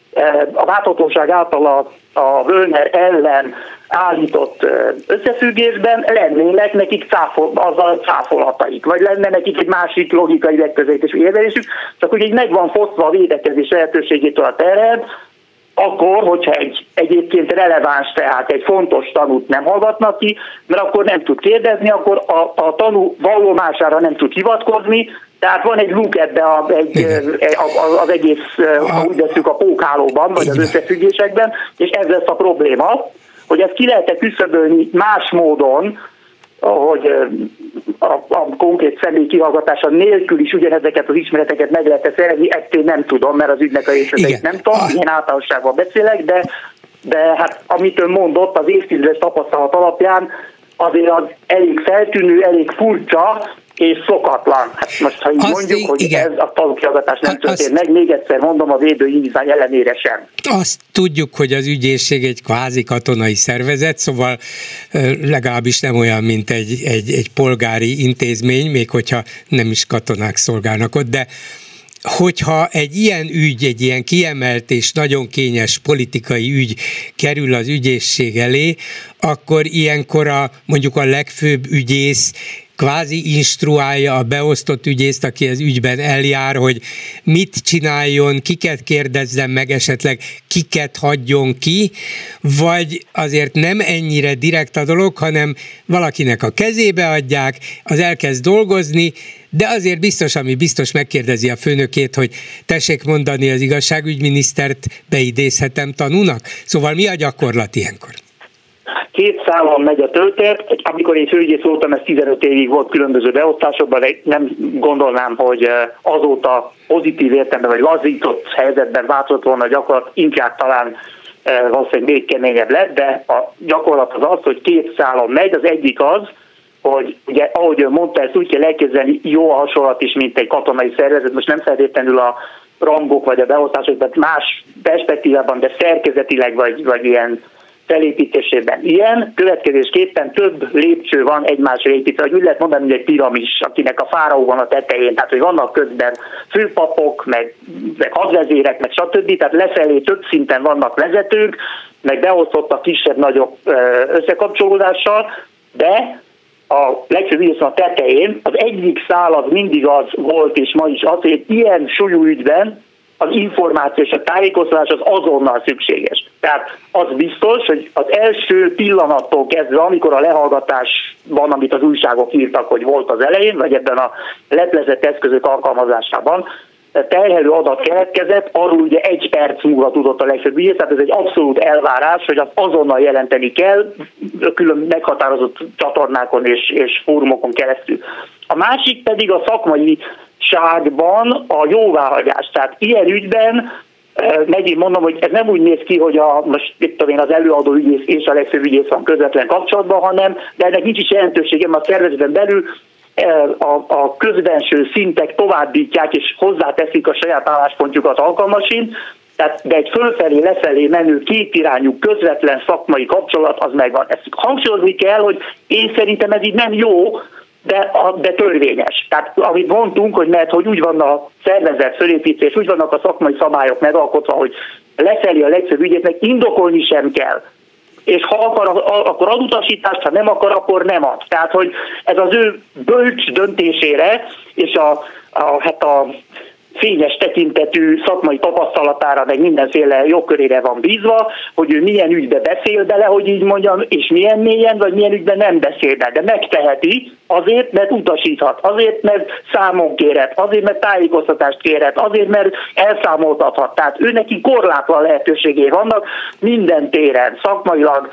a láthatóság által a, a Völner ellen állított összefüggésben lennének nekik cáfol, azzal cáfolataik, vagy lenne nekik egy másik logikai megközelítésű érvelésük, csak hogy így meg van fosztva a védekezés lehetőségétől a terhelt, akkor, hogyha egy egyébként releváns, tehát egy fontos tanút nem hallgatnak ki, mert akkor nem tud kérdezni, akkor a, a tanú vallomására nem tud hivatkozni, tehát van egy luk ebbe a, egy, a, az egész, ha úgy veszük, a pókhálóban, vagy az összefüggésekben, és ez lesz a probléma, hogy ezt ki lehet-e küszöbölni más módon, hogy a, a konkrét személy kihallgatása nélkül is ugyanezeket az ismereteket meg lehet szerezni, ezt én nem tudom, mert az ügynek a részleteit nem tudom, ilyen általánosságban beszélek, de, de hát amit ön mondott, az évtizedes tapasztalat alapján azért az elég feltűnő, elég furcsa, és szokatlan. Hát most, ha így azt mondjuk, így, hogy igen. Ez a tanúkihallgatás nem történt meg, még egyszer mondom, a védő indítvány ellenére sem. Azt tudjuk, hogy az ügyészség egy kvázi katonai szervezet, szóval legalábbis nem olyan, mint egy, egy, egy polgári intézmény, még hogyha nem is katonák szolgálnak ott, de hogyha egy ilyen ügy, egy ilyen kiemelt és nagyon kényes politikai ügy kerül az ügyészség elé, akkor ilyenkor a, mondjuk a legfőbb ügyész kvázi instruálja a beosztott ügyészt, aki az ügyben eljár, hogy mit csináljon, kiket kérdezzen meg esetleg, kiket hagyjon ki, vagy azért nem ennyire direkt a dolog, hanem valakinek a kezébe adják, az elkezd dolgozni, de azért biztos, ami biztos megkérdezi a főnökét, hogy tessék mondani az igazságügyminisztert, beidézhetem tanúnak? Szóval mi a gyakorlat ilyenkor? Két szálon megy a történet, amikor én főügyész voltam, ez tizenöt évig volt különböző beosztásokban, de nem gondolnám, hogy azóta pozitív értelemben vagy lazított helyzetben változott volna a gyakorlat, inkább talán valószínűleg még keményebb lett, de a gyakorlat az az, hogy két szálon megy, az egyik az, hogy ugye, ahogy ön mondta, ezt úgy kell elképzelni, jó a hasonlat is, mint egy katonai szervezet, most nem feltétlenül a rangok vagy a beosztások, tehát más perspektívában, de szerkezetileg vagy, vagy ilyen felépítésében ilyen, következésképpen több lépcső van egymásra építve, hogy úgy lehet mondani, hogy egy piramis, akinek a fáraó van a tetején, tehát hogy vannak közben főpapok, meg, meg hadvezérek, meg stb., tehát lefelé több szinten vannak vezetők, meg beosztottak kisebb-nagyobb összekapcsolódással, de a legfőbb ügyész a tetején az egyik szál az mindig az volt, és ma is az, hogy ilyen súlyú ügyben az információ és a tájékoztatás az azonnal szükséges. Tehát az biztos, hogy az első pillanattól kezdve, amikor a lehallgatás van, amit az újságok írtak, hogy volt az elején, vagy ebben a leplezett eszközök alkalmazásában, terhelő adat keletkezett, arról ugye egy perc múlva tudott a legfőbb ügyész, tehát ez egy abszolút elvárás, hogy azt azonnal jelenteni kell, külön meghatározott csatornákon és, és fórumokon keresztül. A másik pedig a szakmai ságban a jóváhagyás. Tehát ilyen ügyben megint mondom, hogy ez nem úgy néz ki, hogy a, most itt tudom én, az előadó ügyész és a legfőbb ügyész van közvetlen kapcsolatban, hanem, de ennek nincs is jelentősége, mert a szervezeten belül a, a közbenső szintek továbbítják és hozzáteszik a saját álláspontjukat alkalmasint, tehát, de egy fölfelé, lefelé menő kétirányú közvetlen szakmai kapcsolat az megvan. Ezt hangsúlyozni kell, hogy én szerintem ez így nem jó, De, a, de törvényes. Tehát amit mondtunk, hogy mert hogy úgy van a szervezet fölépítés, úgy vannak a szakmai szabályok megalkotva, hogy lefelé a legfőbb ügyésznek indokolni sem kell. És ha akar, akkor ad utasítást, ha nem akar, akkor nem ad. Tehát, hogy ez az ő bölcs döntésére, és a, a, hát a fényes tekintetű szakmai tapasztalatára, meg mindenféle jogkörére van bízva, hogy ő milyen ügybe beszél bele, hogy így mondjam, és milyen mélyen, vagy milyen ügyben nem beszél bele. De megteheti azért, mert utasíthat, azért, mert számon kérhet, azért, mert tájékoztatást kérhet, azért, mert elszámoltathat. Tehát ő neki korlátlan lehetőségé vannak minden téren, szakmailag,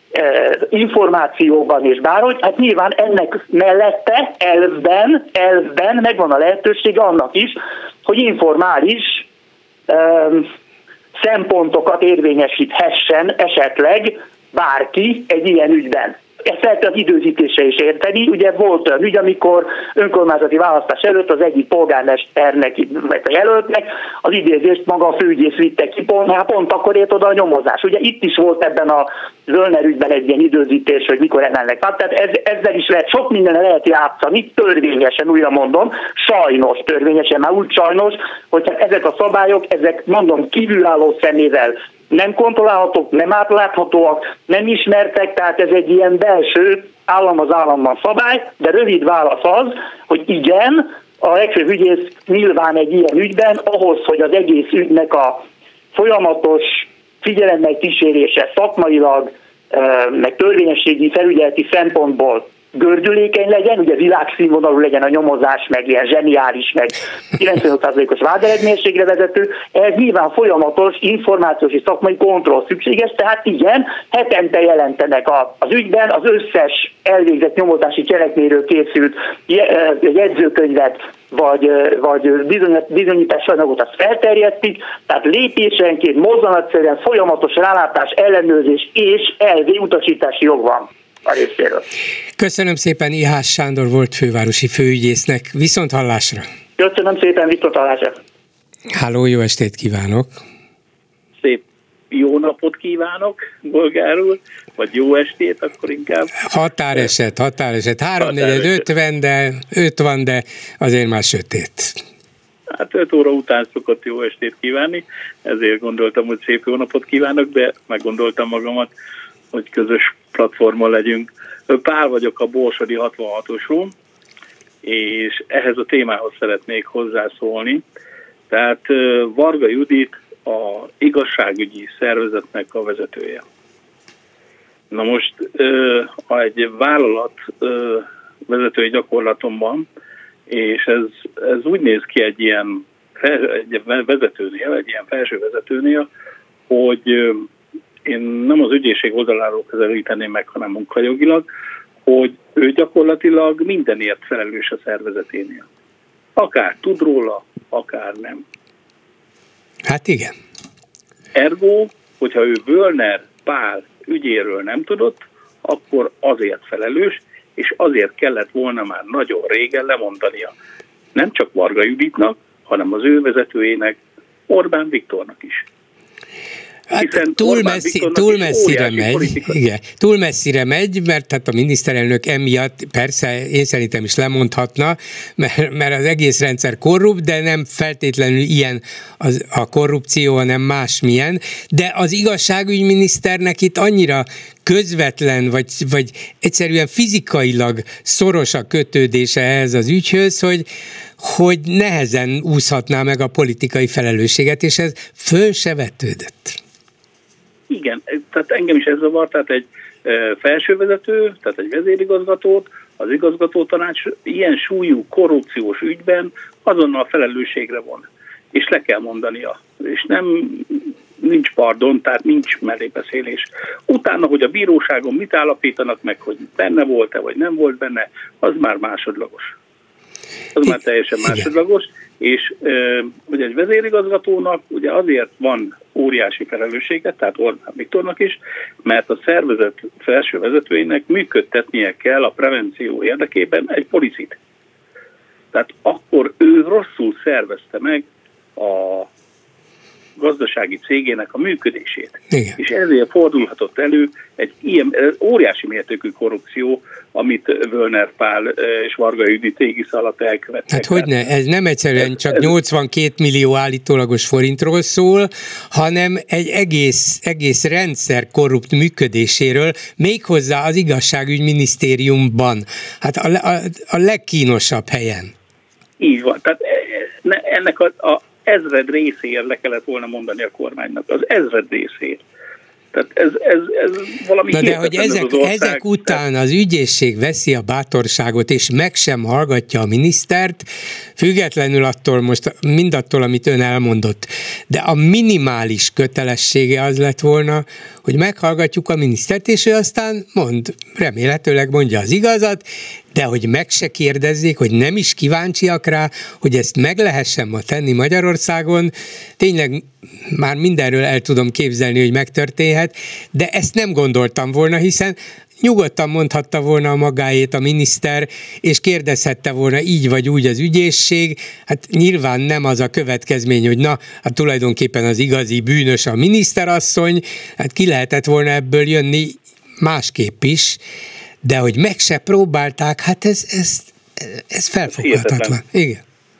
információban és bárhogy, hát nyilván ennek mellette elvben, elvben megvan a lehetősége annak is, hogy informális um, szempontokat érvényesíthessen esetleg bárki egy ilyen ügyben. Ezt lehet az időzítése is érteni. Ugye volt olyan ügy, amikor önkormányzati választás előtt az egyik polgármesternek, vagy a jelöltnek az idézést maga a főügyész vitte ki, pont, hát pont akkor ért oda a nyomozás. Ugye itt is volt ebben a Zöllner ügyben egy ilyen időzítés, hogy mikor emelnek. Tehát ez, ezzel is lehet, sok mindenre lehet játszani, törvényesen, újra mondom, sajnos törvényesen, már úgy sajnos, hogy ezek a szabályok, ezek mondom kívülálló szemével nem kontrollálhatók, nem átláthatóak, nem ismertek, tehát ez egy ilyen belső állam az államban szabály, de rövid válasz az, hogy igen, a legfőbb ügyész nyilván egy ilyen ügyben ahhoz, hogy az egész ügynek a folyamatos figyelemmel kísérése szakmailag, meg törvényességi felügyeleti szempontból gördülékeny legyen, ugye világszínvonalú legyen a nyomozás, meg ilyen zseniális, meg kilencvenöt százalékos váderedményességre vezető, ehhez nyilván folyamatos információs és szakmai kontroll szükséges, tehát igen, hetente jelentenek az ügyben az összes elvégzett nyomozási cselekményről készült jegyzőkönyvet, vagy, vagy bizonyítási anyagot azt felterjesztik, tehát lépésenként, mozzanatszerűen folyamatos rálátás, ellenőrzés és elvi utasítási jog van a részéről. Köszönöm szépen, Ihás Sándor volt fővárosi főügyésznek. Viszont hallásra! Köszönöm szépen, viszont hallásra! Háló, jó estét kívánok! Szép jó napot kívánok, bolgár úr, vagy jó estét, akkor inkább. Határeset, határeset. három negyven ötven, de öt van, de azért már sötét. Hát öt óra után szokott jó estét kívánni, ezért gondoltam, hogy szép jó napot kívánok, de meggondoltam magamat, hogy közös platformon legyünk. Pál vagyok a Borsodi hatvanhatosról, és ehhez a témához szeretnék hozzászólni. Tehát Varga Judit a igazságügyi szervezetnek a vezetője. Na most egy vállalat vezetői gyakorlatomban, és ez, ez úgy néz ki egy ilyen, egy vezetőnél, egy ilyen felső vezetőnél, hogy én nem az ügyészség oldaláról közelíteném meg, hanem munkajogilag, hogy ő gyakorlatilag mindenért felelős a szervezeténél. Akár tud róla, akár nem. Hát igen. Ergo, hogyha ő Völner Pál ügyéről nem tudott, akkor azért felelős, és azért kellett volna már nagyon régen lemondania. Nem csak Varga Juditnak, hanem az ő vezetőjének, Orbán Viktornak is. Hát túl, messzi, túl messzire megy, igen, túl messzire megy, mert hát a miniszterelnök emiatt persze én szerintem is lemondhatna, mert, mert az egész rendszer korrupt, de nem feltétlenül ilyen az, a korrupció, hanem másmilyen, de az igazságügyminiszternek itt annyira közvetlen, vagy, vagy egyszerűen fizikailag szoros a kötődése ehhez az ügyhöz, hogy, hogy nehezen úszhatná meg a politikai felelősséget, és ez föl se vetődött. Igen, tehát engem is ez zavar, tehát egy felsővezető, tehát egy vezérigazgatót, az igazgatótanács ilyen súlyú korrupciós ügyben azonnal felelősségre von, és le kell mondania, és nem nincs pardon, tehát nincs mellébeszélés. Utána, hogy a bíróságon mit állapítanak meg, hogy benne volt-e, vagy nem volt benne, az már másodlagos. Az már teljesen másodlagos, és hogy egy vezérigazgatónak ugye azért van óriási felelőssége, tehát Orbán Viktornak is, mert a szervezet felső vezetőinek működtetnie kell a prevenció érdekében egy policit. Tehát akkor ő rosszul szervezte meg a gazdasági cégének a működését. Igen. És ezért fordulhatott elő egy ilyen óriási mértékű korrupció, amit Völner Pál és Varga Judit égisz alatt elkövettek. Hát hogyne, ez nem egyszerűen ez, csak ez nyolcvankét millió állítólagos forintról szól, hanem egy egész, egész rendszer korrupt működéséről, méghozzá az igazságügyminisztériumban. Hát a, a, a legkínosabb helyen. Így van. Tehát ennek a, a ezred részéért le kellett volna mondani a kormánynak. Az ezred részéért. Tehát ez, ez, ez valami Na de hogy ezek, ezek után az ügyészség veszi a bátorságot, és meg sem hallgatja a minisztert, függetlenül attól most, mindattól, amit ön elmondott. De a minimális kötelessége az lett volna, hogy meghallgatjuk a minisztert, és ő aztán mond, remélhetőleg mondja az igazat, de hogy meg se kérdezzék, hogy nem is kíváncsiak rá, hogy ezt meg lehessen ma tenni Magyarországon, tényleg már mindenről el tudom képzelni, hogy megtörténhet, de ezt nem gondoltam volna, hiszen nyugodtan mondhatta volna a magáét a miniszter, és kérdezhette volna így vagy úgy az ügyészség. Hát nyilván nem az a következmény, hogy na, hát tulajdonképpen az igazi bűnös a miniszterasszony, hát ki lehetett volna ebből jönni másképp is, de hogy meg se próbálták, hát ez, ez, ez felfoghatatlan. Igen.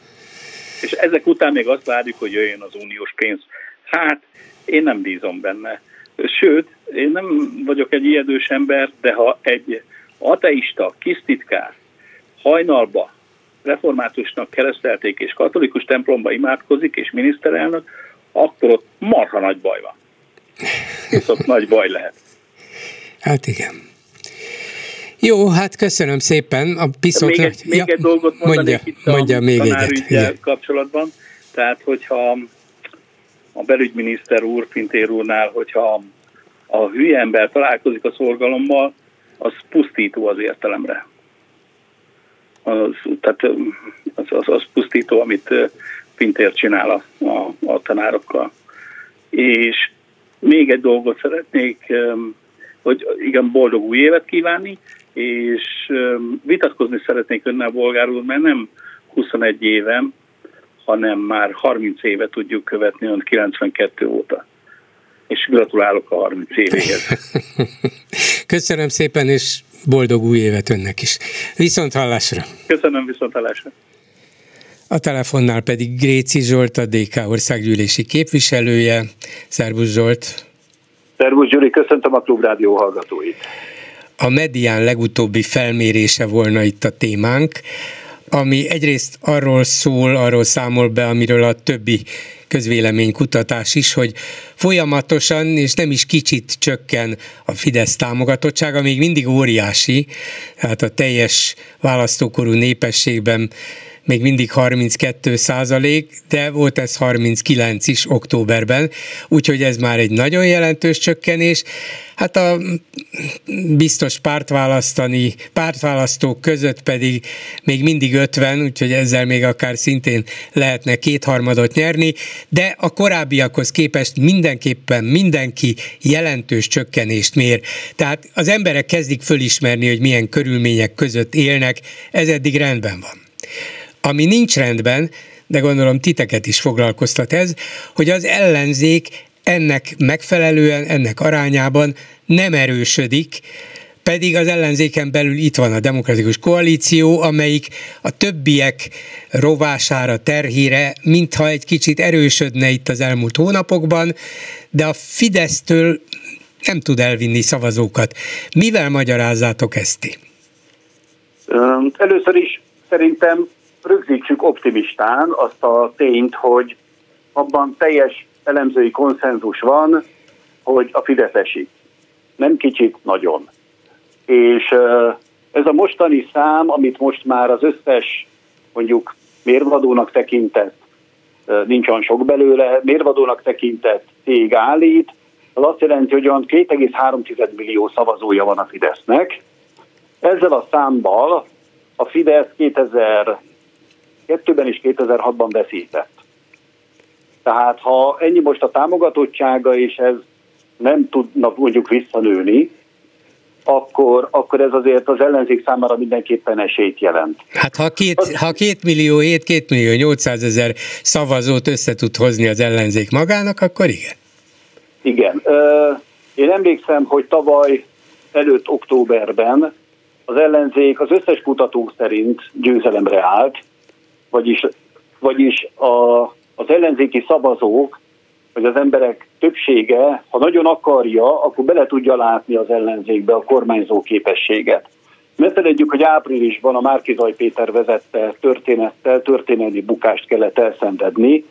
És ezek után még azt várjuk, hogy jöjjön az uniós pénz. Hát, én nem bízom benne. Sőt, én nem vagyok egy ijedős ember, de ha egy ateista, kisztitkár hajnalba reformátusnak keresztelték és katolikus templomba imádkozik és miniszterelnök, akkor ott marha nagy baj van. És ott nagy baj lehet. Hát igen. Jó, hát köszönöm szépen. A piszok... Még egy, még ja, egy dolgot mondanék mondja, itt a mondja még tanárüggyel kapcsolatban. Tehát, hogyha a belügyminiszter úr, Pintér úrnál, hogyha a hülye ember találkozik a szorgalommal, az pusztító az értelemre. Az, tehát az, az, az pusztító, amit Pintér csinál a, a, a tanárokkal. És még egy dolgot szeretnék, hogy igen, boldog új évet kívánni, és vitatkozni szeretnék önnel, bolgár úr, mert nem huszonegy évem, hanem már harminc éve tudjuk követni, ön kilencvenkettő óta. És gratulálok a harminc évéhez. Köszönöm szépen, és boldog új évet önnek is. Viszont hallásra. Köszönöm, viszont hallásra. A telefonnál pedig Gréci Zsolt, a dé ká országgyűlési képviselője. Szervusz Zsolt! Szervusz Gyuri, köszöntöm a Klubrádió hallgatóit! A Medián legutóbbi felmérése volna itt a témánk, ami egyrészt arról szól, arról számol be, amiről a többi közvéleménykutatás is, hogy folyamatosan és nem is kicsit csökken a Fidesz támogatottsága, még mindig óriási, tehát a teljes választókorú népességben még mindig harminckettő százalék, de volt ez harminckilenc is októberben, úgyhogy ez már egy nagyon jelentős csökkenés. Hát a biztos pártválasztani, pártválasztók között pedig még mindig ötven, úgyhogy ezzel még akár szintén lehetne kétharmadot nyerni, de a korábbiakhoz képest mindenképpen mindenki jelentős csökkenést mér. Tehát az emberek kezdik fölismerni, hogy milyen körülmények között élnek, ez eddig rendben van. Ami nincs rendben, de gondolom titeket is foglalkoztat ez, hogy az ellenzék ennek megfelelően, ennek arányában nem erősödik, pedig az ellenzéken belül itt van a Demokratikus Koalíció, amelyik a többiek rovására, terhére, mintha egy kicsit erősödne itt az elmúlt hónapokban, de a Fidesztől nem tud elvinni szavazókat. Mivel magyarázzátok ezt ti? Először is szerintem rögzítsük optimistán azt a tényt, hogy abban teljes elemzői konszenzus van, hogy a Fidesz esik. Nem kicsit, nagyon. És ez a mostani szám, amit most már az összes, mondjuk mérvadónak tekintett, nincs olyan sok belőle, mérvadónak tekintett cég állít, az azt jelenti, hogy olyan két egész három millió szavazója van a Fidesznek. Ezzel a számmal a Fidesz kétezer-kettőben és kétezer-hatban veszített. Tehát ha ennyi most a támogatottsága, és ez nem tudna mondjuk visszanőni, akkor, akkor ez azért az ellenzék számára mindenképpen esélyt jelent. Hát ha két, az... ha két millió hét, két millió nyolcszázezer szavazót össze tud hozni az ellenzék magának, akkor igen. Igen. Én emlékszem, hogy tavaly előtt októberben az ellenzék az összes kutató szerint győzelemre állt, vagyis, vagyis a, az ellenzéki szavazók, vagy az emberek többsége, ha nagyon akarja, akkor bele tudja látni az ellenzékbe a kormányzó képességet. Ne feledjük, hogy áprilisban a Márki-Zay Péter vezette történettel történelmi bukást kellett elszenvedni,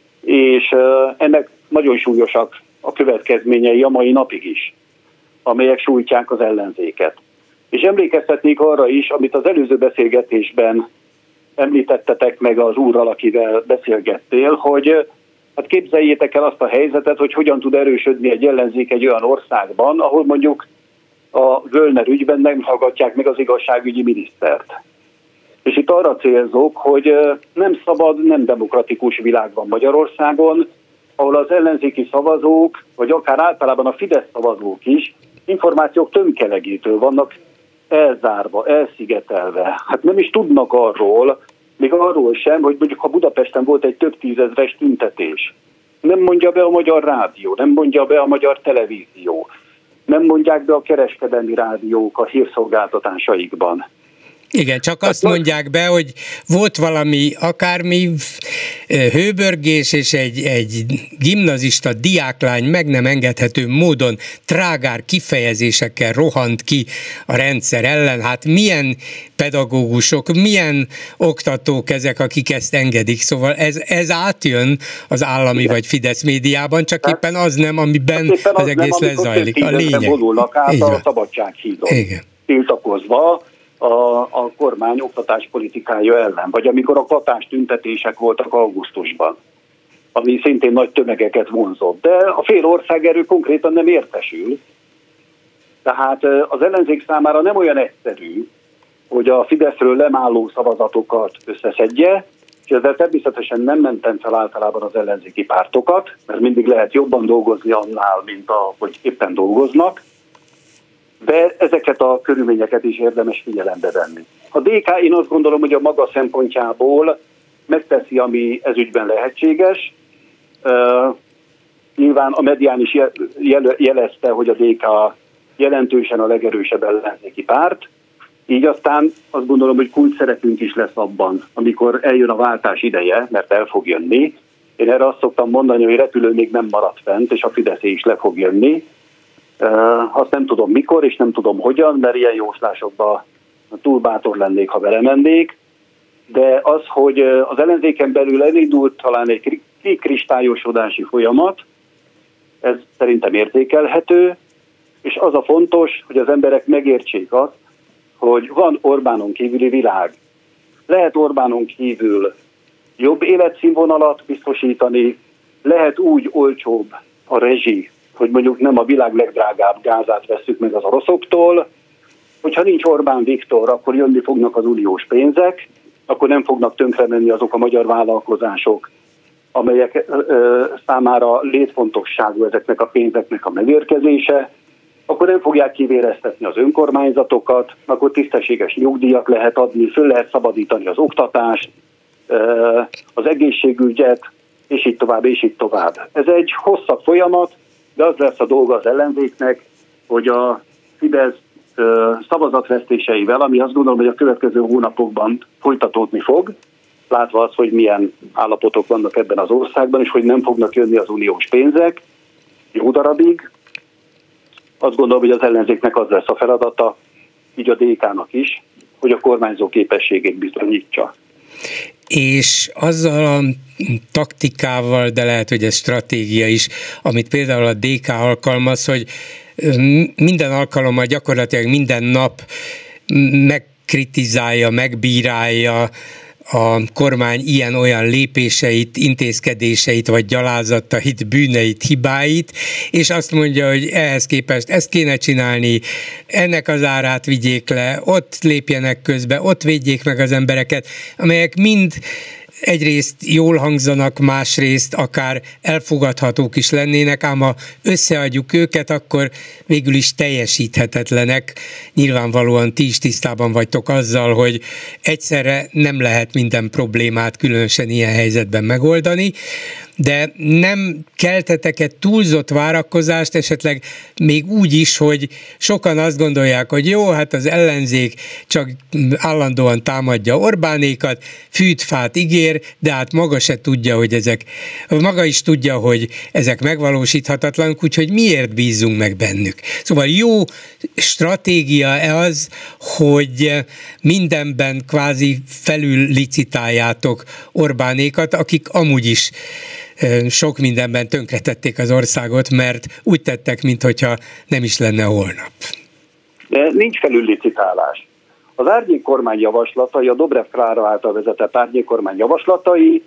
és ennek nagyon súlyosak a következményei a mai napig is, amelyek sújtják az ellenzéket. És emlékeztetnék arra is, amit az előző beszélgetésben említettetek meg az úrral, akivel beszélgettél, hogy hát képzeljétek el azt a helyzetet, hogy hogyan tud erősödni egy ellenzék egy olyan országban, ahol mondjuk a Völner ügyben nem hallgatják meg az igazságügyi minisztert. És itt arra célzok, hogy nem szabad, nem demokratikus világ van Magyarországon, ahol az ellenzéki szavazók, vagy akár általában a Fidesz szavazók is információk tömkelegétől vannak elzárva, elszigetelve. Hát nem is tudnak arról, még arról sem, hogy mondjuk ha Budapesten volt egy több tízezres tüntetés. Nem mondja be a Magyar Rádió, nem mondja be a Magyar Televízió, nem mondják be a kereskedelmi rádiók a hírszolgáltatásaikban. Igen, csak azt mondják be, hogy volt valami akármi hőbörgés, és egy, egy gimnazista diáklány meg nem engedhető módon trágár kifejezésekkel rohant ki a rendszer ellen. Hát milyen pedagógusok, milyen oktatók ezek, akik ezt engedik. Szóval ez, ez átjön az állami vagy Fidesz médiában, csak hát, éppen az nem, amiben az, az egész nem, lezajlik. A lényeg. Vonulnak át a Szabadsághídon, tiltakozva A, a kormány oktatáspolitikája ellen, vagy amikor a katás tüntetések voltak augusztusban, ami szintén nagy tömegeket vonzott. De a fél ország erről konkrétan nem értesül. Tehát az ellenzék számára nem olyan egyszerű, hogy a Fideszről lemálló szavazatokat összeszedje, és ezzel természetesen nem mentem fel általában az ellenzéki pártokat, mert mindig lehet jobban dolgozni annál, mint ahogy éppen dolgoznak, de ezeket a körülményeket is érdemes figyelembe venni. A dé ká, én azt gondolom, hogy a maga szempontjából megteszi, ami ezügyben lehetséges. Uh, nyilván a Medián is jelezte, hogy a dé ká jelentősen a legerősebb ellenzéki párt, Így aztán azt gondolom, hogy kulcs szerepünk is lesz abban, amikor eljön a váltás ideje, mert el fog jönni. Én erre azt szoktam mondani, hogy repülő még nem maradt fent, és a Fideszé is le fog jönni. Azt nem tudom mikor, és nem tudom hogyan, mert ilyen jóslásokba túl bátor lennék, ha belemennék. De az, hogy az ellenzéken belül elindult talán egy kikristályosodási folyamat, ez szerintem értékelhető, és az a fontos, hogy az emberek megértsék azt, hogy van Orbánon kívüli világ. Lehet Orbánon kívül jobb életszínvonalat biztosítani, lehet úgy olcsóbb a rezsi, hogy mondjuk nem a világ legdrágább gázát vesszük meg az oroszoktól. Hogyha nincs Orbán Viktor, akkor jönni fognak az uniós pénzek, akkor nem fognak tönkre menni azok a magyar vállalkozások, amelyek ö, számára létfontosságú ezeknek a pénzeknek a megérkezése, akkor nem fogják kivéreztetni az önkormányzatokat, akkor tisztességes nyugdíjat lehet adni, föl lehet szabadítani az oktatást, ö, az egészségügyet, és így tovább, és így tovább. Ez egy hosszabb folyamat, de az lesz a dolga az ellenzéknek, hogy a Fidesz ö, szavazatvesztéseivel, ami azt gondolom, hogy a következő hónapokban folytatódni fog, látva az, hogy milyen állapotok vannak ebben az országban, és hogy nem fognak jönni az uniós pénzek jó darabig. Azt gondolom, hogy az ellenzéknek az lesz a feladata, így a dé ká-nak is, hogy a kormányzó képességét bizonyítsa. És azzal a taktikával, de lehet, hogy ez stratégia is, amit például a dé ká alkalmaz, hogy minden alkalommal gyakorlatilag minden nap megkritizálja, megbírálja a kormány ilyen-olyan lépéseit, intézkedéseit, vagy gyalázatait, bűneit, hibáit, és azt mondja, hogy ehhez képest ezt kéne csinálni, ennek az árát vigyék le, ott lépjenek közbe, ott védjék meg az embereket, amelyek mind egyrészt jól hangzanak, másrészt akár elfogadhatók is lennének, ám ha összeadjuk őket, akkor végül is teljesíthetetlenek. Nyilvánvalóan ti is tisztában vagytok azzal, hogy egyszerre nem lehet minden problémát különösen ilyen helyzetben megoldani, de nem keltetek-e túlzott várakozást, esetleg még úgy is, hogy sokan azt gondolják, hogy jó, hát az ellenzék csak állandóan támadja Orbánékat, fűt-fát ígér, de hát maga se tudja, hogy ezek, maga is tudja, hogy ezek megvalósíthatatlanok, úgyhogy miért bízzunk meg bennük. Szóval jó stratégia az, hogy mindenben kvázi felül licitáljátok Orbánékat, akik amúgy is sok mindenben tönkretették az országot, mert úgy tettek, mintha nem is lenne holnap. De nincs felüllicitálás. Az árnyékkormány javaslatai, a Dobrev Klára által vezetett árnyékkormány javaslatai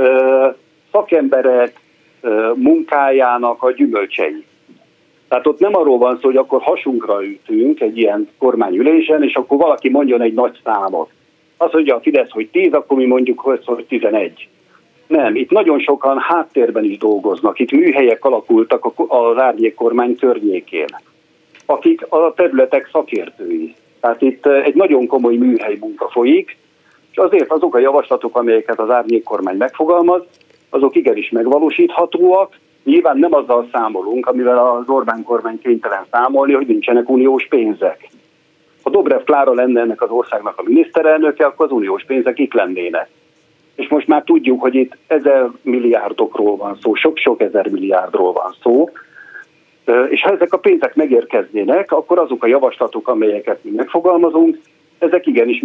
szakemberek munkájának a gyümölcsei. Tehát ott nem arról van szó, hogy akkor hasunkra ütünk egy ilyen kormányülésen, és akkor valaki mondjon egy nagy számot. Az, hogy a Fidesz, hogy tíz, akkor mi mondjuk, hogy tizenegy. Nem, itt nagyon sokan háttérben is dolgoznak, itt műhelyek alakultak az árnyékkormány környékén, akik a területek szakértői. Tehát itt egy nagyon komoly műhely munka folyik, és azért azok a javaslatok, amelyeket az árnyékkormány megfogalmaz, azok igenis megvalósíthatóak. Nyilván nem azzal számolunk, amivel az Orbán kormány kénytelen számolni, hogy nincsenek uniós pénzek. Ha Dobrev Klára lenne ennek az országnak a miniszterelnöke, akkor az uniós pénzek itt lennének. És most már tudjuk, hogy itt ezer milliárdokról van szó, sok-sok ezer milliárdról van szó, és ha ezek a pénzek megérkeznének, akkor azok a javaslatok, amelyeket mi megfogalmazunk, ezek igenis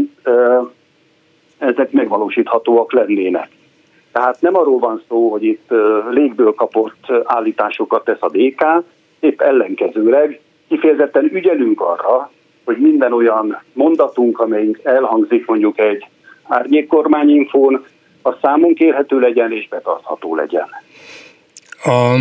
ezek megvalósíthatóak lennének. Tehát nem arról van szó, hogy itt légből kapott állításokat tesz a dé ká, épp ellenkezőleg kifejezetten ügyelünk arra, hogy minden olyan mondatunk, amelyik elhangzik mondjuk egy árnyékkormányinfón, a számon kérhető legyen és betartható legyen. A,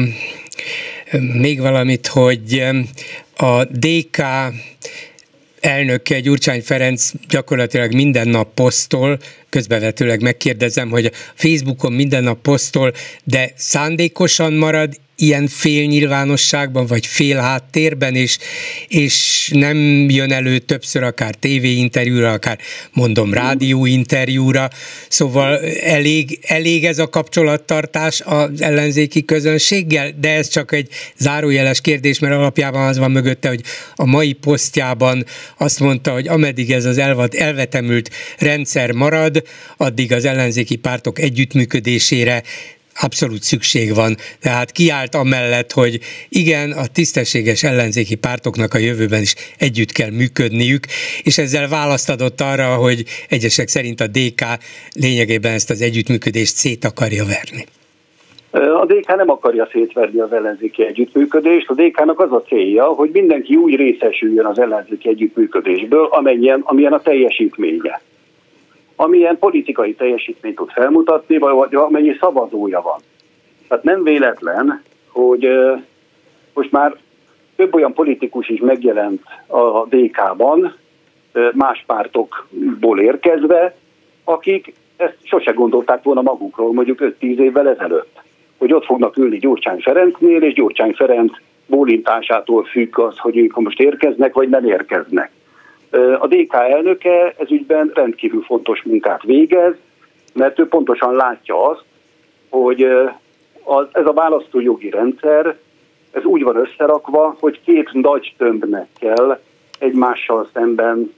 még valamit, hogy a dé ká elnöke, Gyurcsány Ferenc gyakorlatilag minden nap posztol, közbevetőleg megkérdezem, hogy a Facebookon minden nap posztol, de szándékosan marad ilyen fél nyilvánosságban, vagy fél háttérben, és, és nem jön elő többször akár tévéinterjúra, akár mondom rádióinterjúra, szóval elég, elég ez a kapcsolattartás az ellenzéki közönséggel, de ez csak egy zárójeles kérdés, mert alapjában az van mögötte, hogy a mai posztjában azt mondta, hogy ameddig ez az elvat, elvetemült rendszer marad, addig az ellenzéki pártok együttműködésére abszolút szükség van. Tehát kiállt amellett, hogy igen, a tisztességes ellenzéki pártoknak a jövőben is együtt kell működniük, és ezzel választ adott arra, hogy egyesek szerint a dé ká lényegében ezt az együttműködést szét akarja verni. A dé ká nem akarja szétverni az ellenzéki együttműködést, a dé ká-nak az a célja, hogy mindenki úgy részesüljön az ellenzéki együttműködésből, amennyien, amilyen a teljesítménye. Amilyen politikai teljesítményt tud felmutatni, vagy amennyi szavazója van. Tehát nem véletlen, hogy most már több olyan politikus is megjelent a dé ká-ban, más pártokból érkezve, akik ezt sose gondolták volna magukról, mondjuk öt-tíz évvel ezelőtt, hogy ott fognak ülni Gyurcsány Ferencnél, és Gyurcsány Ferenc bólintásától függ az, hogy ők most érkeznek, vagy nem érkeznek. A dé ká elnöke ezügyben rendkívül fontos munkát végez, mert ő pontosan látja azt, hogy az, ez a választójogi rendszer, ez úgy van összerakva, hogy két nagy tömbnek kell egymással szemben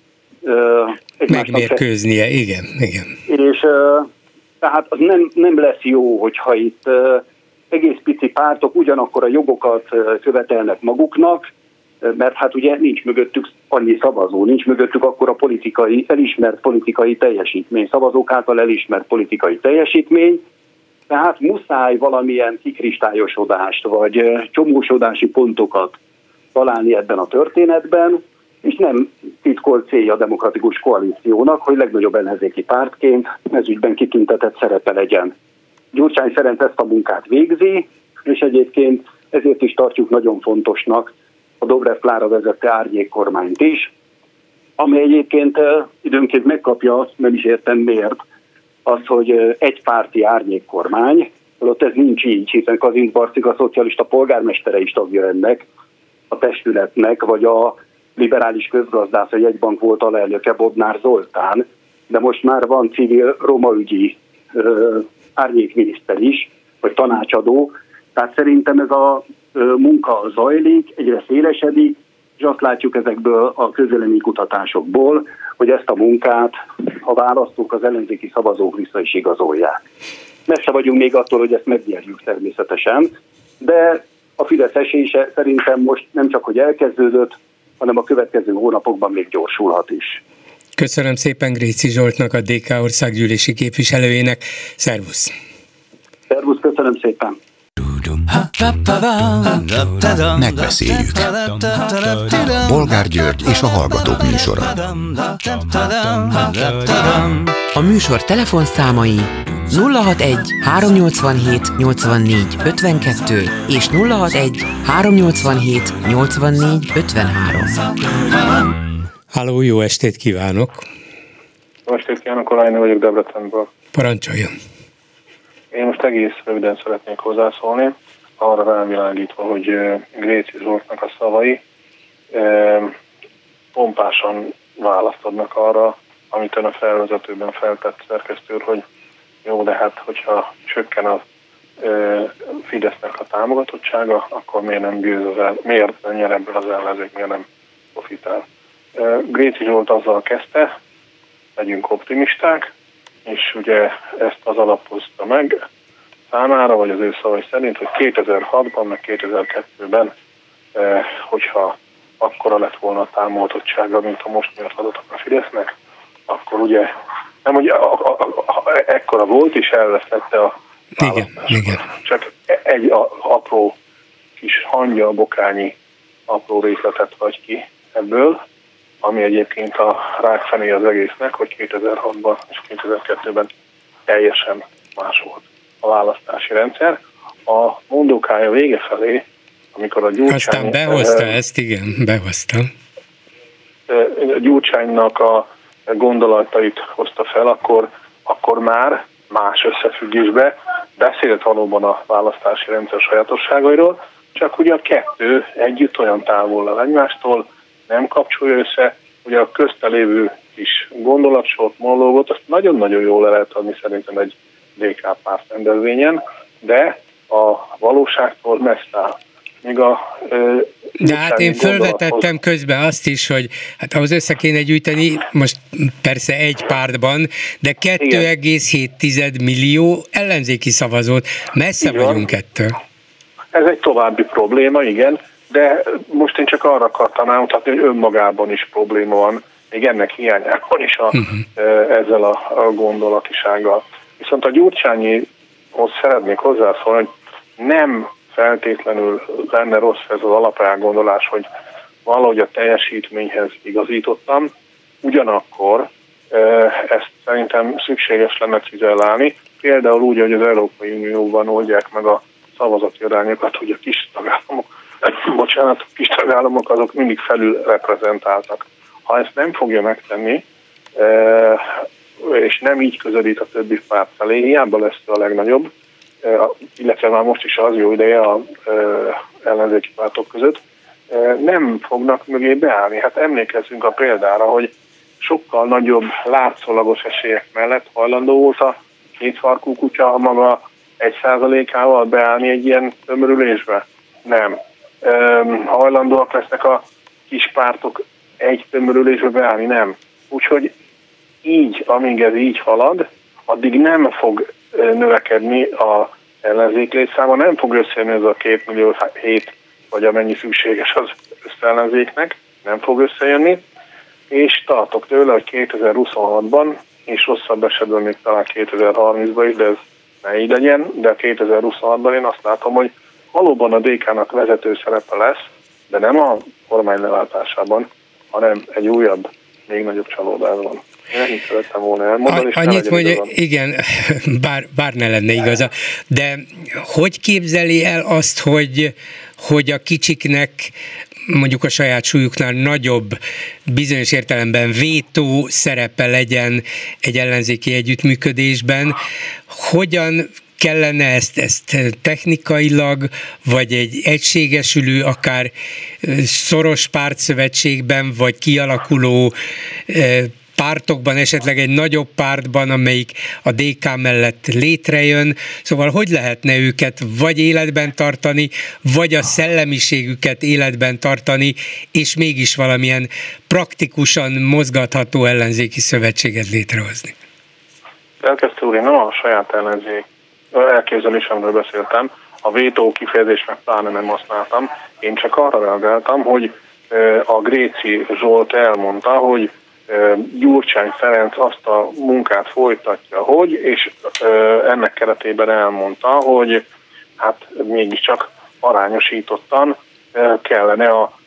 megmérkőznie, igen, igen. És tehát az nem, nem lesz jó, hogyha itt egész pici pártok ugyanakkor a jogokat követelnek maguknak, mert hát ugye nincs mögöttük annyi szavazó, nincs mögöttük akkor a politikai, elismert politikai teljesítmény, szavazók által elismert politikai teljesítmény, tehát muszáj valamilyen kikristályosodást, vagy csomósodási pontokat találni ebben a történetben, és nem titkolt célja a Demokratikus Koalíciónak, hogy legnagyobb ellenzéki pártként ez ügyben kitüntetett szerepe legyen. Gyurcsány Ferenc ezt a munkát végzi, és egyébként ezért is tartjuk nagyon fontosnak a Dobrev Klára vezette árnyékkormányt is, amely egyébként időnként megkapja, nem is értem miért, az, hogy egypárti árnyékkormány, holott ez nincs így, hiszen Kazinc Barcik, a szocialista polgármestere is tagja ennek a testületnek, vagy a liberális közgazdász, a jegybank volt alelnöke Bodnár Zoltán, de most már van civil romaügyi árnyékminiszter is, vagy tanácsadó, tehát szerintem ez a munka zajlik, egyre szélesedik, és azt látjuk ezekből a közvéleménykutatásokból, hogy ezt a munkát a választók, az ellenzéki szavazók vissza is igazolják. Messze vagyunk még attól, hogy ezt megnyerjük természetesen, de a Fidesz esése szerintem most nem csak, hogy elkezdődött, hanem a következő hónapokban még gyorsulhat is. Köszönöm szépen Gréczi Zsoltnak, a dé ká országgyűlési képviselőjének. Szervusz! Szervusz, köszönöm szépen! Megbeszéljük. Bolgár György és a Hallgatók műsora. A műsor telefonszámai nulla hatvanegy háromnyolcvanhét nyolcvannégy ötvenkettő és nulla hatvanegy háromnyolcvanhét nyolcvannégy ötvenhárom. Halló, jó estét kívánok! Jó estét kívánok, Olajnő vagyok Debrecenből. Parancsoljon! Én most egész röviden szeretnék hozzászólni, arra rávilágítva, hogy Gréczi Zsoltnak a szavai pompásan választ adnak arra, amit ön a felvezetőben feltett, szerkesztő úr, hogy jó, de hát hogyha csökken a Fidesznek a támogatottsága, akkor miért nem győz az el, miért nyer ebből az ellenzék, miért nem profitál. Gréczi Zsolt azzal kezdte, legyünk optimisták, és ugye ezt az alapozta meg számára, vagy az ő szavai szerint, hogy kétezer-hatban, meg kétezer-kettőben, hogyha akkora lett volna a támogatottsága, mint a most miatt adatok a Fidesznek, akkor ugye nem, ugye a, a, a, a, ekkora volt, és elvesztette a választást. Csak egy a, apró kis hangya, bokányi apró részletet vagy ki ebből, ami egyébként a rákfené az egésznek, hogy kétezer-hatban és kétezer-kettőben teljesen más volt a választási rendszer. A mondókája vége felé, amikor a Gyurcsány... Aztán behozta uh, ezt, igen, behozta. Uh, Gyurcsánynak a gondolatait hozta fel, akkor, akkor már más összefüggésbe beszélt valóban a választási rendszer sajátosságairól, csak ugye a kettő együtt olyan távol áll egymástól, nem kapcsolja össze, ugye a közte lévő kis gondolatsort, monológot, azt nagyon-nagyon jól le lehet adni szerintem egy dé ká párt rendezvényen, de a valóságtól messze áll. Míg a, ö, De hát én felvetettem közben azt is, hogy hát ahhoz össze kéne gyűjteni, most persze egy pártban, de kettő egész hét millió ellenzéki szavazót. Messze Igen. vagyunk ettől. Ez egy további probléma, igen, de most én csak arra akartam elmutatni, hogy önmagában is probléma van, még ennek hiányában is a, uh-huh. ezzel a, a gondolatisággal. Viszont a Gyurcsányihoz szeretnék hozzászólni, hogy nem feltétlenül lenne rossz ez az alapelgondolás, hogy valahogy a teljesítményhez igazítottam, ugyanakkor ezt szerintem szükséges lenne cizellálni, például úgy, hogy az Európai Unióban oldják meg a szavazati arányokat, hogy a kis tagállamok, bocsánat, a kis tagállamok azok mindig felül reprezentáltak. Ha ezt nem fogja megtenni, és nem így közelít a többi párt felé, hiába lesz a legnagyobb, illetve már most is az jó ideje az ellenzéki pártok között, nem fognak mögé beállni. Hát emlékezzünk a példára, hogy sokkal nagyobb látszólagos esélyek mellett hajlandó volt a kétfarkú kutya a maga egy százalékával beállni egy ilyen tömörülésbe? Nem. Hajlandóak lesznek a kis pártok egy tömörülésbe beállni? Nem. Úgyhogy így, amíg ez így halad, addig nem fog növekedni a ellenzék létszáma, nem fog összejönni ez a két millió hét, vagy amennyi szükséges az összellenzéknek, nem fog összejönni, és tartok tőle, hogy kétezer-huszonhatban, és rosszabb esetben még talán kétezer-harmincban is, de ez ne így legyen, de kétezer-huszonhatban én azt látom, hogy valóban a dé ká-nak vezető szerepe lesz, de nem a kormány leváltásában, hanem egy újabb, még nagyobb csalódásban. Én ennyit szerettem volna elmondani. A, annyit mondja, igen, bár, bár ne lenne igaza, de hogy képzeli el azt, hogy, hogy a kicsiknek mondjuk a saját súlyuknál nagyobb, bizonyos értelemben vétó szerepe legyen egy ellenzéki együttműködésben, hogyan kellene ezt, ezt technikailag, vagy egy egységesülő, akár szoros pártszövetségben, vagy kialakuló pártokban, esetleg egy nagyobb pártban, amelyik a dé ká mellett létrejön. Szóval hogy lehetne őket vagy életben tartani, vagy a szellemiségüket életben tartani, és mégis valamilyen praktikusan mozgatható ellenzéki szövetséget létrehozni? Elkezdte úr, én nem a saját ellenzék elképzelésemről beszéltem, a vétó kifejezést meg pláne nem használtam, én csak arra reagáltam, hogy a Gréci Zsolt elmondta, hogy Gyurcsány Ferenc azt a munkát folytatja, hogy, és ennek keretében elmondta, hogy hát mégiscsak arányosítottan kellene a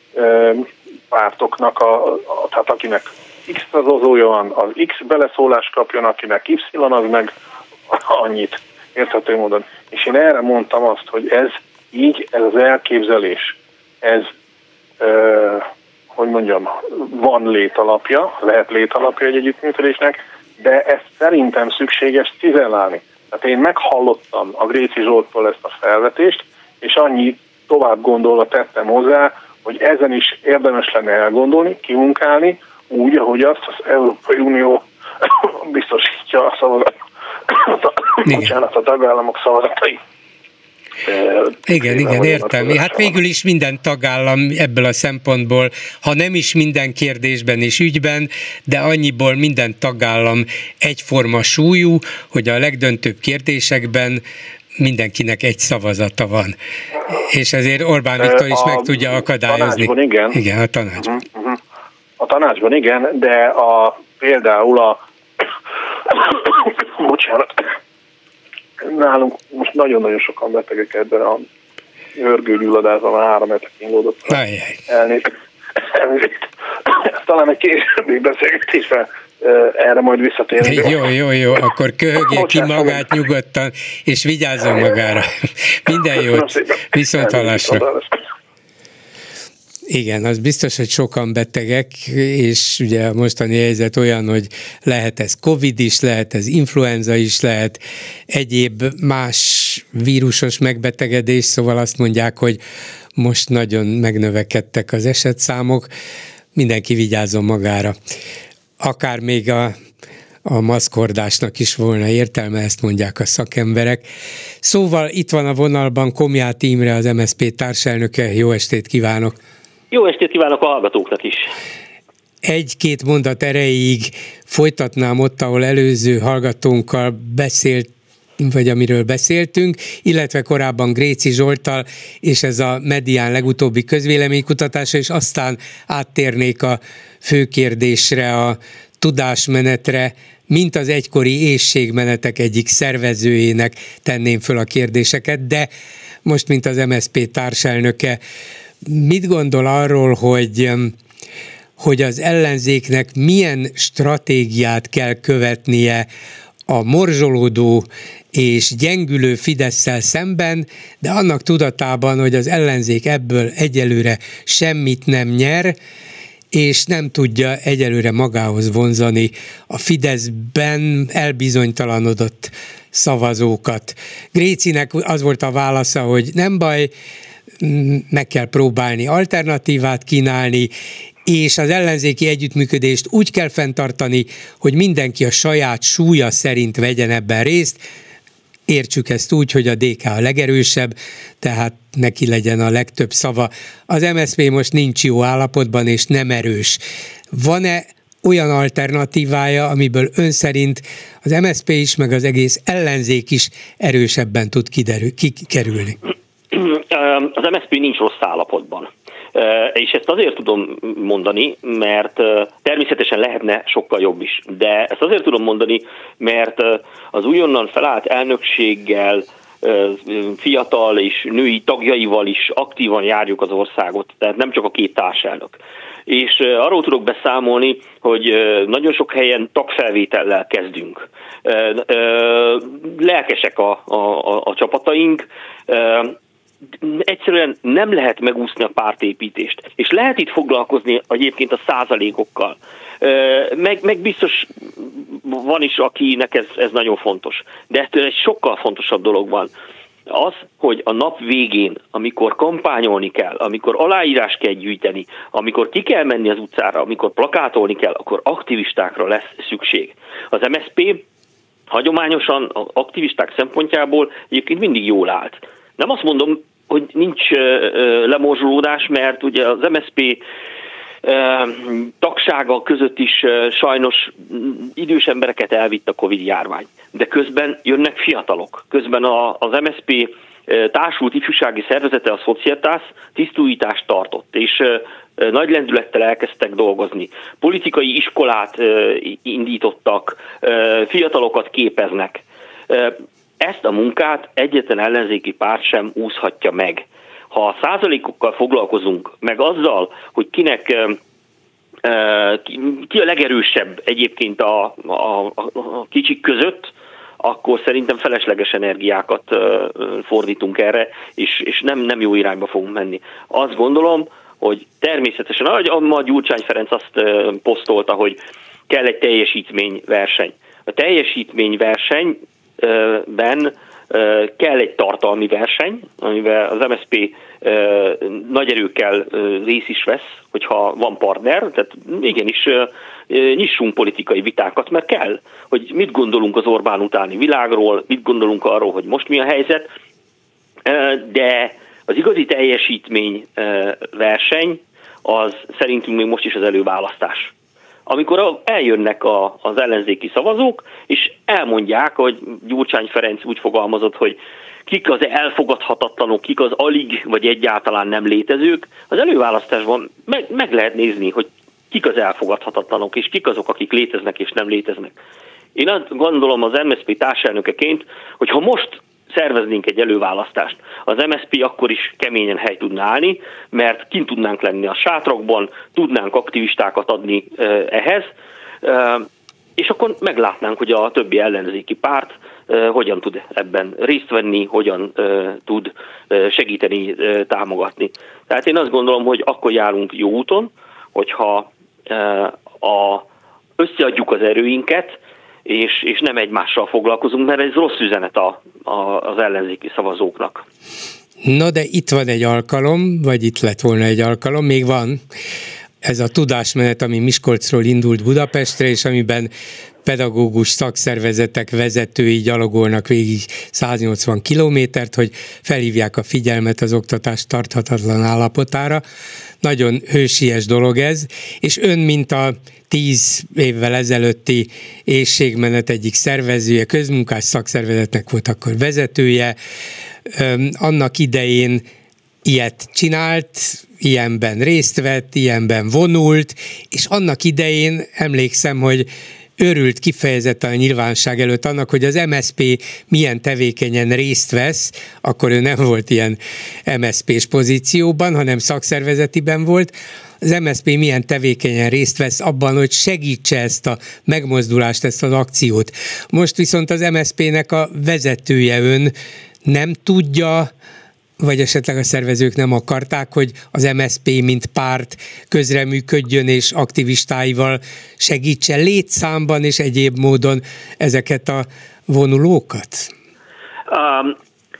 pártoknak, a, a, tehát akinek X szavazója van, az X beleszólást kapjon, akinek Y, az meg annyit, érthető módon. És én erre mondtam azt, hogy ez így, ez az elképzelés, ez ö, hogy mondjam, van létalapja, lehet létalapja egy együttműködésnek, de ezt szerintem szükséges cizellálni. Tehát én meghallottam a Gréci Zsolttól ezt a felvetést, és annyi tovább gondolva tettem hozzá, hogy ezen is érdemes lenne elgondolni, kimunkálni, úgy, ahogy azt az Európai Unió biztosítja a szavazat, bocsánat, a tagállamok szavazatai. Igen, igen, értem. Hát végül is minden tagállam ebből a szempontból, ha nem is minden kérdésben és ügyben, de annyiból minden tagállam egyforma súlyú, hogy a legdöntőbb kérdésekben mindenkinek egy szavazata van. És ezért Orbán Viktor is a meg tudja akadályozni. A tanácsban igen. Igen, a tanácsban. Uh-huh, uh-huh. A tanácsban igen, de a, például a bocsánat, nálunk most nagyon-nagyon sokan betegek ebben a hörgőgyulladásban, már három hete kínlódott. Elnézést. Talán egy későbbi beszélgetésben erre majd visszatérünk. Jó, jó, jó, akkor köhögje ki magát nyugodtan, és vigyázzon magára. Minden jót, viszont hallásra. Igen, az biztos, hogy sokan betegek, és ugye a mostani helyzet olyan, hogy lehet ez Covid is, lehet ez influenza is, lehet egyéb más vírusos megbetegedés, szóval azt mondják, hogy most nagyon megnövekedtek az esetszámok, mindenki vigyázzon magára. Akár még a, a maszkhordásnak is volna értelme, ezt mondják a szakemberek. Szóval itt van a vonalban Komjáth Imre, az em es zé pé társelnöke. Jó estét kívánok! Jó estét kívánok a hallgatóknak is! Egy-két mondat erejéig folytatnám ott, ahol előző hallgatónkkal beszélt, vagy amiről beszéltünk, illetve korábban Gréci Zsolttal, és ez a Medián legutóbbi közvéleménykutatása, és aztán áttérnék a fő kérdésre, a tudásmenetre, mint az egykori éhségmenetek egyik szervezőjének tenném föl a kérdéseket, de most, mint az em es zé pé társelnöke, mit gondol arról, hogy, hogy az ellenzéknek milyen stratégiát kell követnie a morzsolódó és gyengülő Fidesszel szemben, de annak tudatában, hogy az ellenzék ebből egyelőre semmit nem nyer, és nem tudja egyelőre magához vonzani a Fideszben elbizonytalanodott szavazókat. Grécinek az volt a válasza, hogy nem baj, meg kell próbálni alternatívát kínálni, és az ellenzéki együttműködést úgy kell fenntartani, hogy mindenki a saját súlya szerint vegyen ebben részt. Értsük ezt úgy, hogy a dé ká a legerősebb, tehát neki legyen a legtöbb szava. Az em es zé pé most nincs jó állapotban, és nem erős. Van-e olyan alternatívája, amiből ön szerint az em es zé pé is, meg az egész ellenzék is erősebben tud kiderül, kikerülni? Az em es zé pé nincs rossz állapotban. És ezt azért tudom mondani, mert természetesen lehetne sokkal jobb is. De ezt azért tudom mondani, mert az újonnan felállt elnökséggel, fiatal és női tagjaival is aktívan járjuk az országot, tehát nem csak a két társelnök. És arról tudok beszámolni, hogy nagyon sok helyen tagfelvétellel kezdünk. Lelkesek a, a, a csapataink, egyszerűen nem lehet megúszni a pártépítést. És lehet itt foglalkozni egyébként a százalékokkal. Meg, meg biztos van is, akinek ez, ez nagyon fontos. De ettől egy sokkal fontosabb dolog van. Az, hogy a nap végén, amikor kampányolni kell, amikor aláírás kell gyűjteni, amikor ki kell menni az utcára, amikor plakátolni kell, akkor aktivistákra lesz szükség. Az em es zé pé hagyományosan az aktivisták szempontjából egyébként mindig jól állt. Nem azt mondom, hogy nincs lemorzsolódás, mert ugye az em es zé pé tagsága között is sajnos idős embereket elvitt a Covid járvány. De közben jönnek fiatalok. Közben az em es zé pé társult ifjúsági szervezete, a Societas tisztújítást tartott, és nagy lendülettel elkezdtek dolgozni. Politikai iskolát indítottak, fiatalokat képeznek. Ezt a munkát egyetlen ellenzéki párt sem úszhatja meg. Ha a százalékokkal foglalkozunk, meg azzal, hogy kinek ki a legerősebb egyébként a, a, a kicsik között, akkor szerintem felesleges energiákat fordítunk erre, és, és nem, nem jó irányba fogunk menni. Azt gondolom, hogy természetesen, ahogy ma Gyurcsány Ferenc azt posztolta, hogy kell egy teljesítményverseny. A teljesítményverseny ben kell egy tartalmi verseny, amivel az em es zé pé nagy erőkkel részt is vesz, hogyha van partner, tehát igenis nyissunk politikai vitákat, mert kell, hogy mit gondolunk az Orbán utáni világról, mit gondolunk arról, hogy most mi a helyzet, de az igazi teljesítmény verseny az szerintünk még most is az előválasztás. Amikor eljönnek a, az ellenzéki szavazók, és elmondják, hogy Gyurcsány Ferenc úgy fogalmazott, hogy kik az elfogadhatatlanok, kik az alig vagy egyáltalán nem létezők, az előválasztásban meg, meg lehet nézni, hogy kik az elfogadhatatlanok, és kik azok, akik léteznek és nem léteznek. Én azt gondolom az em es zé pé társelnökeként, hogy ha most szerveznénk egy előválasztást, az em es zé pé akkor is keményen hely tudna állni, mert kint tudnánk lenni a sátrokban, tudnánk aktivistákat adni ehhez, és akkor meglátnánk, hogy a többi ellenzéki párt hogyan tud ebben részt venni, hogyan tud segíteni, támogatni. Tehát én azt gondolom, hogy akkor járunk jó úton, hogyha a, összeadjuk az erőinket, és, és nem egymással foglalkozunk, mert ez rossz üzenet a, a, az ellenzéki szavazóknak. Na de itt van egy alkalom, vagy itt lett volna egy alkalom, még van ez a tudásmenet, ami Miskolcról indult Budapestre, és amiben pedagógus szakszervezetek vezetői gyalogolnak végig száznyolcvan kilométert, hogy felhívják a figyelmet az oktatás tarthatatlan állapotára. Nagyon hősies dolog ez, és ön, mint a tíz évvel ezelőtti éhségmenet egyik szervezője, közmunkás szakszervezetnek volt akkor vezetője, annak idején ilyet csinált, ilyenben részt vett, ilyenben vonult, és annak idején emlékszem, hogy örült kifejezetten a nyilvánosság előtt annak, hogy az em es zé pé milyen tevékenyen részt vesz, akkor ő nem volt ilyen em es zé pés pozícióban, hanem szakszervezetiben volt. Az em es zé pé milyen tevékenyen részt vesz abban, hogy segítse ezt a megmozdulást, ezt az akciót. Most viszont az em es zé pének a vezetője ön nem tudja, vagy esetleg a szervezők nem akarták, hogy az em es zé pé mint párt közreműködjön és aktivistáival segítse létszámban és egyéb módon ezeket a vonulókat? Um,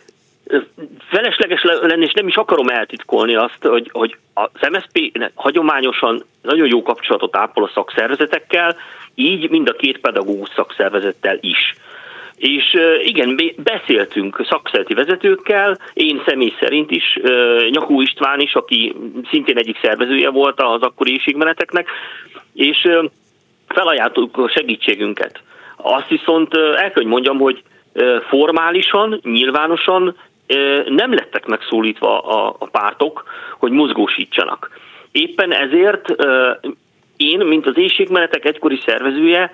felesleges lenni, és nem is akarom eltitkolni azt, hogy, hogy az em es zé pé hagyományosan nagyon jó kapcsolatot ápol a szakszervezetekkel, így mind a két pedagógus szakszervezettel is. És igen, beszéltünk szakszervezeti vezetőkkel, én személy szerint is, Nyakó István is, aki szintén egyik szervezője volt az akkori éhségmeneteknek, és felajánlottuk a segítségünket. Azt viszont el kell, hogy mondjam, hogy formálisan, nyilvánosan nem lettek megszólítva a, a pártok, hogy mozgósítsanak. Éppen ezért én, mint az éhségmenetek egykori szervezője,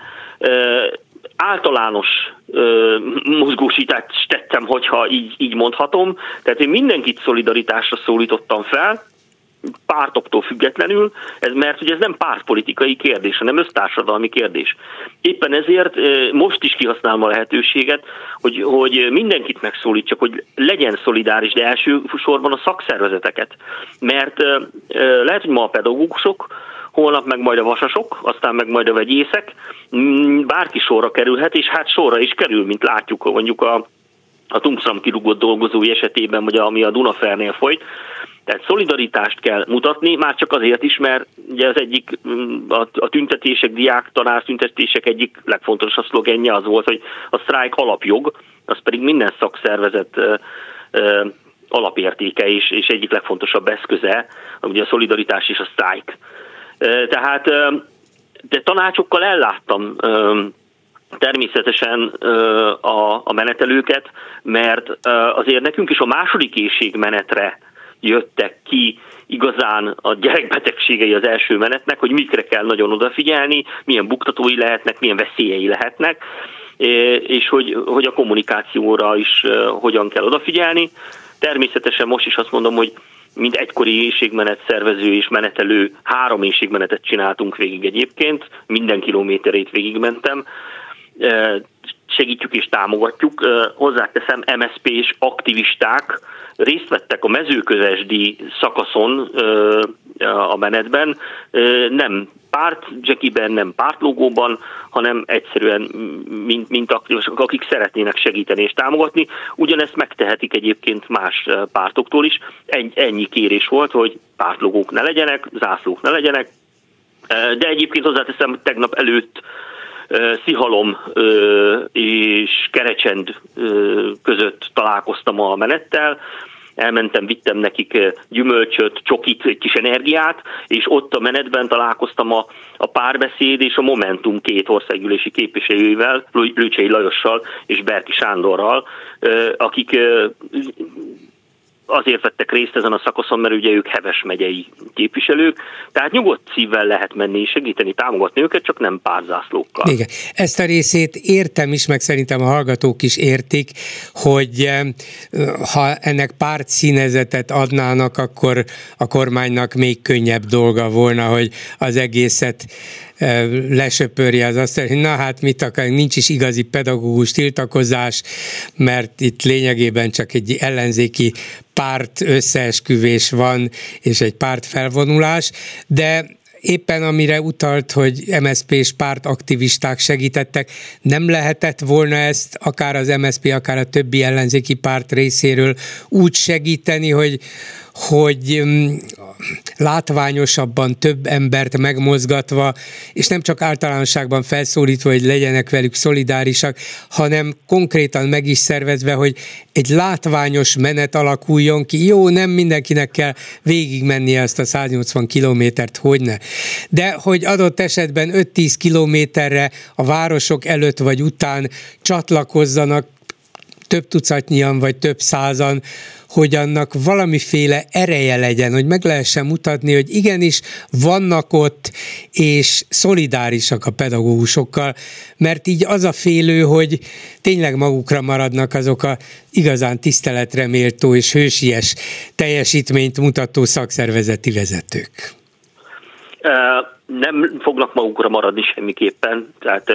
általános ö, mozgósítást tettem, hogyha így, így mondhatom. Tehát én mindenkit szolidaritásra szólítottam fel, pártoktól függetlenül, ez, mert ugye ez nem pártpolitikai kérdés, hanem össztársadalmi kérdés. Éppen ezért ö, most is kihasználom a lehetőséget, hogy, hogy mindenkit megszólítsak, hogy legyen szolidáris, de elsősorban a szakszervezeteket. Mert ö, ö, lehet, hogy ma a pedagógusok, holnap meg majd a vasasok, aztán meg majd a vegyészek, bárki sorra kerülhet, és hát sorra is kerül, mint látjuk mondjuk a, a Tungsram kirúgott dolgozói esetében, vagy ami a Dunafernél folyt. Tehát szolidaritást kell mutatni, már csak azért is, mert ugye az egyik, a, a tüntetések, diák, tanár tüntetések egyik legfontosabb szlogenje az volt, hogy a sztrájk alapjog, az pedig minden szakszervezet ö, ö, alapértéke és, és egyik legfontosabb eszköze, ugye a szolidaritás és a sztrájk. Tehát de tanácsokkal elláttam természetesen a, a menetelőket, mert azért nekünk is a második éhségmenetre jöttek ki igazán a gyerekbetegségei az első menetnek, hogy mikre kell nagyon odafigyelni, milyen buktatói lehetnek, milyen veszélyei lehetnek, és hogy, hogy a kommunikációra is hogyan kell odafigyelni. Természetesen most is azt mondom, hogy mint egykori éhségmenet szervező és menetelő, három éhségmenetet csináltunk végig egyébként, minden kilométerét végigmentem, segítjük és támogatjuk. Hozzáteszem, em es zé pés aktivisták részt vettek a mezőkövesdi szakaszon a menetben, nem pártjackiben, nem pártlogóban, hanem egyszerűen mint, mint aktivisták, akik szeretnének segíteni és támogatni. Ugyanezt megtehetik egyébként más pártoktól is. Ennyi kérés volt, hogy pártlogók ne legyenek, zászlók ne legyenek, de egyébként hozzáteszem, tegnap előtt Szihalom és Kerecsend között találkoztam a menettel, elmentem, vittem nekik gyümölcsöt, csokit, egy kis energiát, és ott a menetben találkoztam a, a Párbeszéd és a Momentum két országgyűlési képviselőivel, Lőcsei Lajossal és Berki Sándorral, akik azért vettek részt ezen a szakaszon, mert ugye ők Heves megyei képviselők, tehát nyugodt szívvel lehet menni és segíteni, támogatni őket, csak nem párzászlókkal. Igen, ezt a részét értem is, meg szerintem a hallgatók is értik, hogy ha ennek pártszínezetet adnának, akkor a kormánynak még könnyebb dolga volna, hogy az egészet lesöpörje az azt, hogy na hát mit akar, nincs is igazi pedagógus tiltakozás, mert itt lényegében csak egy ellenzéki párt összeesküvés van, és egy párt felvonulás, de éppen amire utalt, hogy em es zé pés pártaktivisták segítettek, nem lehetett volna ezt akár az em es zé pé, akár a többi ellenzéki párt részéről úgy segíteni, hogy, hogy látványosabban több embert megmozgatva, és nem csak általánosságban felszólítva, hogy legyenek velük szolidárisak, hanem konkrétan meg is szervezve, hogy egy látványos menet alakuljon ki. Jó, nem mindenkinek kell végigmennie ezt a száznyolcvan kilométert, hogyne. De hogy adott esetben öt-tíz kilométerre a városok előtt vagy után csatlakozzanak több tucatnyian vagy több százan, hogy annak valamiféle ereje legyen, hogy meg lehessen mutatni, hogy igenis vannak ott, és szolidárisak a pedagógusokkal, mert így az a félő, hogy tényleg magukra maradnak azok a igazán tiszteletre méltó és hősies teljesítményt mutató szakszervezeti vezetők. Nem fognak magukra maradni semmiképpen, tehát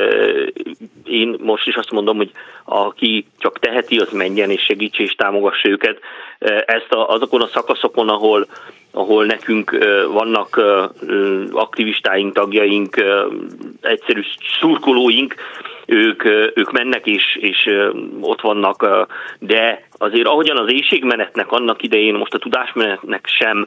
én most is azt mondom, hogy aki csak teheti, az menjen és segítse és támogassa őket. Ezt a, azokon a szakaszokon, ahol, ahol nekünk vannak aktivistáink, tagjaink, egyszerű szurkolóink, ők, ők mennek és, és ott vannak, de azért ahogyan az éhségmenetnek annak idején, most a tudásmenetnek sem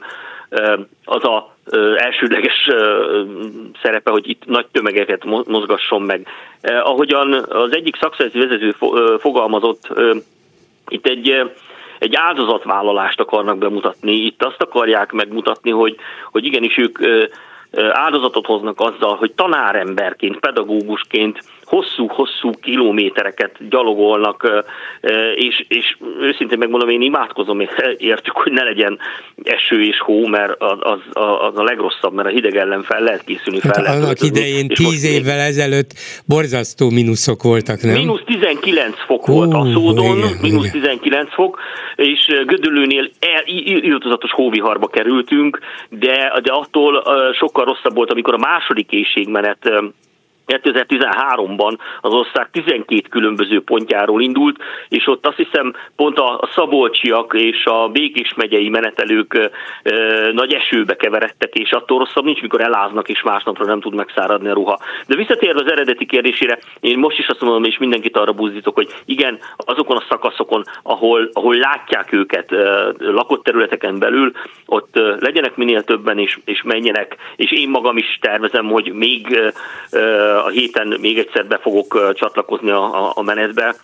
az a elsődleges szerepe, hogy itt nagy tömegeket mozgasson meg. Ahogyan az egyik szakszervezeti vezető fogalmazott, itt egy, egy áldozatvállalást akarnak bemutatni, itt azt akarják megmutatni, hogy, hogy igenis ők áldozatot hoznak azzal, hogy tanáremberként, pedagógusként hosszú-hosszú kilométereket gyalogolnak, és, és őszintén megmondom, én imádkozom értük, hogy ne legyen eső és hó, mert az, az, az a legrosszabb, mert a hideg ellen fel lehet készülni. Fel hát lehet annak öltözni, idején tíz évvel ezelőtt borzasztó mínuszok voltak, nem? Mínusz tizenkilenc fok volt a Szódon, mínusz tizenkilenc fok, és Gödöllőnél irtózatos hóviharba kerültünk, de, de attól sokkal rosszabb volt, amikor a második éhségmenet kétezer-tizenháromban az ország tizenkét különböző pontjáról indult, és ott azt hiszem pont a szabolcsiak és a Békés megyei menetelők ö, ö, nagy esőbe keveredtek, és attól rosszabb nincs, mikor eláznak, és másnapra nem tud megszáradni a ruha. De visszatérve az eredeti kérdésére, én most is azt mondom, és mindenkit arra buzdítok, hogy igen, azokon a szakaszokon, ahol, ahol látják őket ö, lakott területeken belül, ott ö, legyenek minél többen, és, és menjenek, és én magam is tervezem, hogy még ö, ö, a héten még egyszer be fogok csatlakozni a, a menetbe,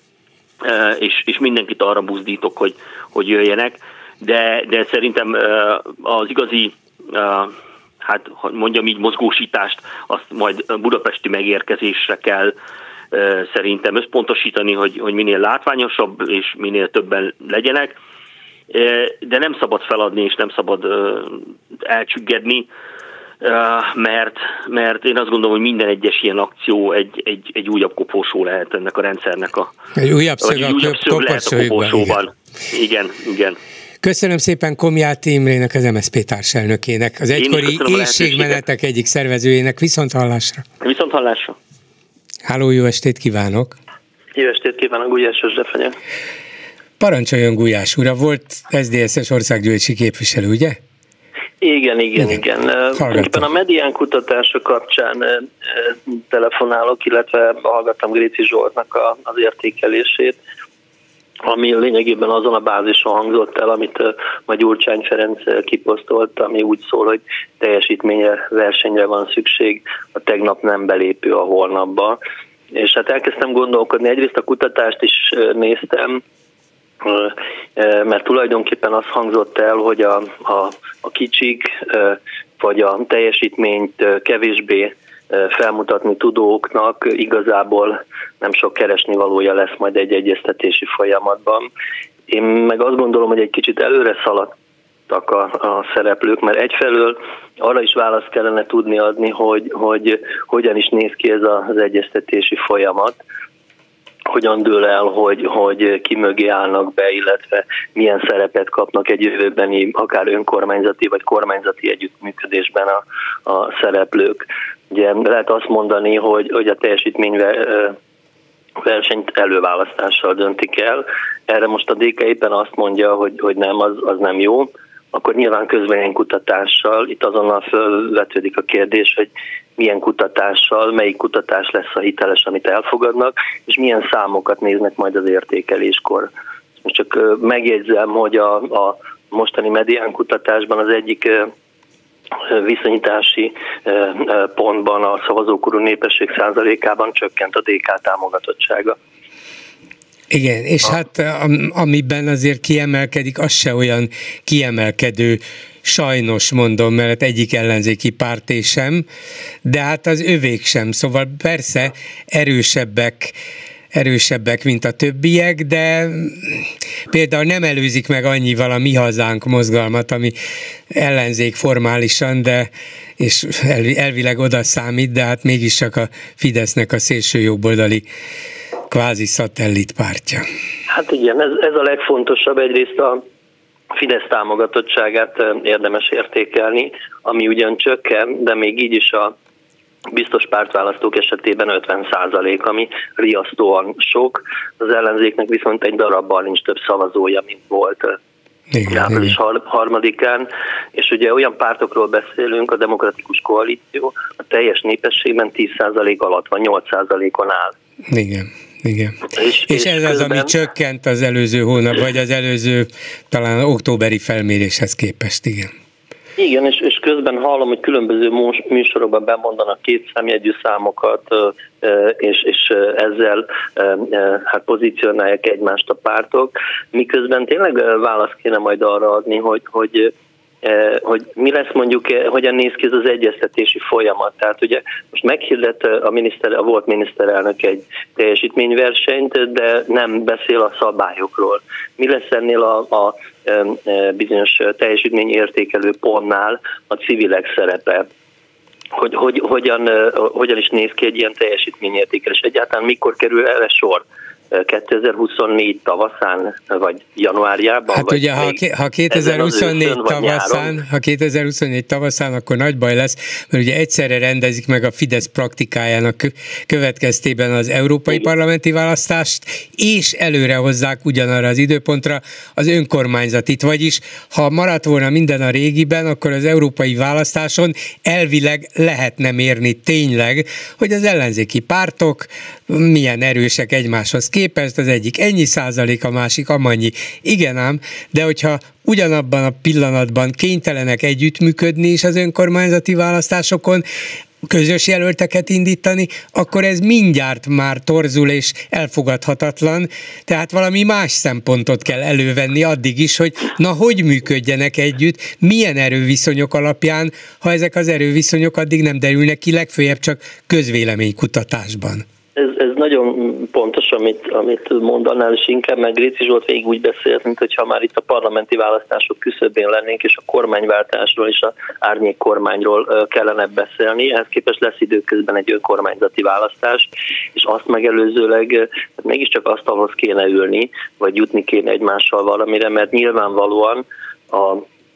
és, és mindenkit arra buzdítok, hogy, hogy jöjjenek, de, de szerintem az igazi, hát mondjam így, mozgósítást azt majd budapesti megérkezésre kell szerintem összpontosítani, hogy, hogy minél látványosabb és minél többen legyenek, de nem szabad feladni és nem szabad elcsüggedni, mert, mert én azt gondolom, hogy minden egyes ilyen akció egy, egy, egy újabb koporsó lehet ennek a rendszernek a... Egy újabb szög, egy újabb szög lehet a koporsóban. Igen, igen. igen. Köszönöm szépen Komjáti Imrének, az em es zé pé társelnökének, az egykori éhségmenetek egyik szervezőjének. Viszonthallásra. Viszonthallásra. Háló, jó estét kívánok. Jó estét kívánok, Gulyás József vagyok. Parancsoljon, Gulyás úr, volt es zé dé es-es országgyűlési képviselő, ugye? Igen, igen, igen. igen. A medián kutatása kapcsán telefonálok, illetve hallgattam Gréci Zsoltnak a, az értékelését, ami lényegében azon a bázison hangzott el, amit majd Gyurcsány Ferenc kiposztolt, ami úgy szól, hogy teljesítményre, versenyre van szükség, a tegnap nem belépő a holnapba. És hát elkezdtem gondolkodni, egyrészt a kutatást is néztem, mert tulajdonképpen az hangzott el, hogy a, a, a kicsik vagy a teljesítményt kevésbé felmutatni tudóknak igazából nem sok keresni valója lesz majd egy egyeztetési folyamatban. Én meg azt gondolom, hogy egy kicsit előre szaladtak a, a szereplők, mert egyfelől arra is választ kellene tudni adni, hogy, hogy hogyan is néz ki ez az egyeztetési folyamat. hogyan dől el, hogy, hogy ki mögé állnak be, illetve milyen szerepet kapnak egy jövőbeni, akár önkormányzati vagy kormányzati együttműködésben a, a szereplők. Ugye lehet azt mondani, hogy, hogy a teljesítmény versenyt előválasztással döntik el. Erre most a dé ká éppen azt mondja, hogy, hogy nem, az, az nem jó. Akkor nyilván közvéleménykutatással, itt azonnal felvetődik a kérdés, hogy milyen kutatással, melyik kutatás lesz a hiteles, amit elfogadnak, és milyen számokat néznek majd az értékeléskor. Most csak megjegyzem, hogy a, a mostani medián kutatásban az egyik viszonyítási pontban a szavazókorú népesség százalékában csökkent a dé ká támogatottsága. Igen, és hát amiben azért kiemelkedik, az se olyan kiemelkedő, sajnos mondom, mert egyik ellenzéki párté sem, de hát az övék sem, szóval persze erősebbek, erősebbek, mint a többiek, de például nem előzik meg annyival a Mi Hazánk mozgalmat, ami ellenzék formálisan, de és elvileg oda számít, de hát mégiscsak a Fidesznek a szélső jobboldali kvázi szatellit pártja. Hát igen, ez, ez a legfontosabb. Egyrészt a Fidesz támogatottságát érdemes értékelni, ami ugyan csökken, de még így is a biztos pártválasztók esetében ötven százalék, ami riasztóan sok. Az ellenzéknek viszont egy darabbal nincs több szavazója, mint volt április harmadikán, és ugye olyan pártokról beszélünk, a Demokratikus Koalíció a teljes népességben tíz százalék alatt van, nyolc százalékon áll. Igen. Igen. És, és ez közben... az, ami csökkent az előző hónap, vagy az előző talán októberi felméréshez képest, igen. Igen, és, és közben hallom, hogy különböző műsorokban bemondanak két számjegyű számokat, és, és ezzel hát pozícionálják egymást a pártok, miközben tényleg választ kéne majd arra adni, hogy, hogy hogy mi lesz mondjuk, hogyan néz ki ez az egyeztetési folyamat. Tehát ugye most meghirdet a, miniszter, a volt miniszterelnök egy teljesítményversenyt, de nem beszél a szabályokról. Mi lesz ennél a, a bizonyos teljesítményértékelő pontnál a civilek szerepe? Hogy, hogy, hogyan, hogyan is néz ki egy ilyen teljesítményértékelés? Egyáltalán mikor kerül erre sor? kétezer-huszonnégy tavaszán, vagy januárjában? Hát vagy ugye, ha, ha kétezer-huszonnégy tavaszán, ha kétezer-huszonnégy tavaszán, akkor nagy baj lesz, mert ugye egyszerre rendezik meg a Fidesz praktikájának következtében az európai Igen. parlamenti választást, és előre hozzák ugyanarra az időpontra az önkormányzatit, vagyis ha maradt volna minden a régiben, akkor az európai választáson elvileg lehetne mérni tényleg, hogy az ellenzéki pártok milyen erősek egymáshoz képest, az egyik ennyi százalék, a másik amannyi. Igen ám, de hogyha ugyanabban a pillanatban kénytelenek együttműködni is az önkormányzati választásokon, közös jelölteket indítani, akkor ez mindjárt már torzul és elfogadhatatlan, tehát valami más szempontot kell elővenni addig is, hogy na hogy működjenek együtt, milyen erőviszonyok alapján, ha ezek az erőviszonyok addig nem derülnek ki, legfőjebb csak közvéleménykutatásban. Ez, ez nagyon pontos, amit, amit mondanál, és inkább meg Gréci Zsolt végig úgy beszélt, mint hogyha már itt a parlamenti választások küszöbén lennénk, és a kormányváltásról és az árnyék kormányról kellene beszélni. Ehhez képest lesz időközben egy önkormányzati választás, és azt megelőzőleg mégiscsak asztalhoz kéne ülni, vagy jutni kéne egymással valamire, mert nyilvánvalóan a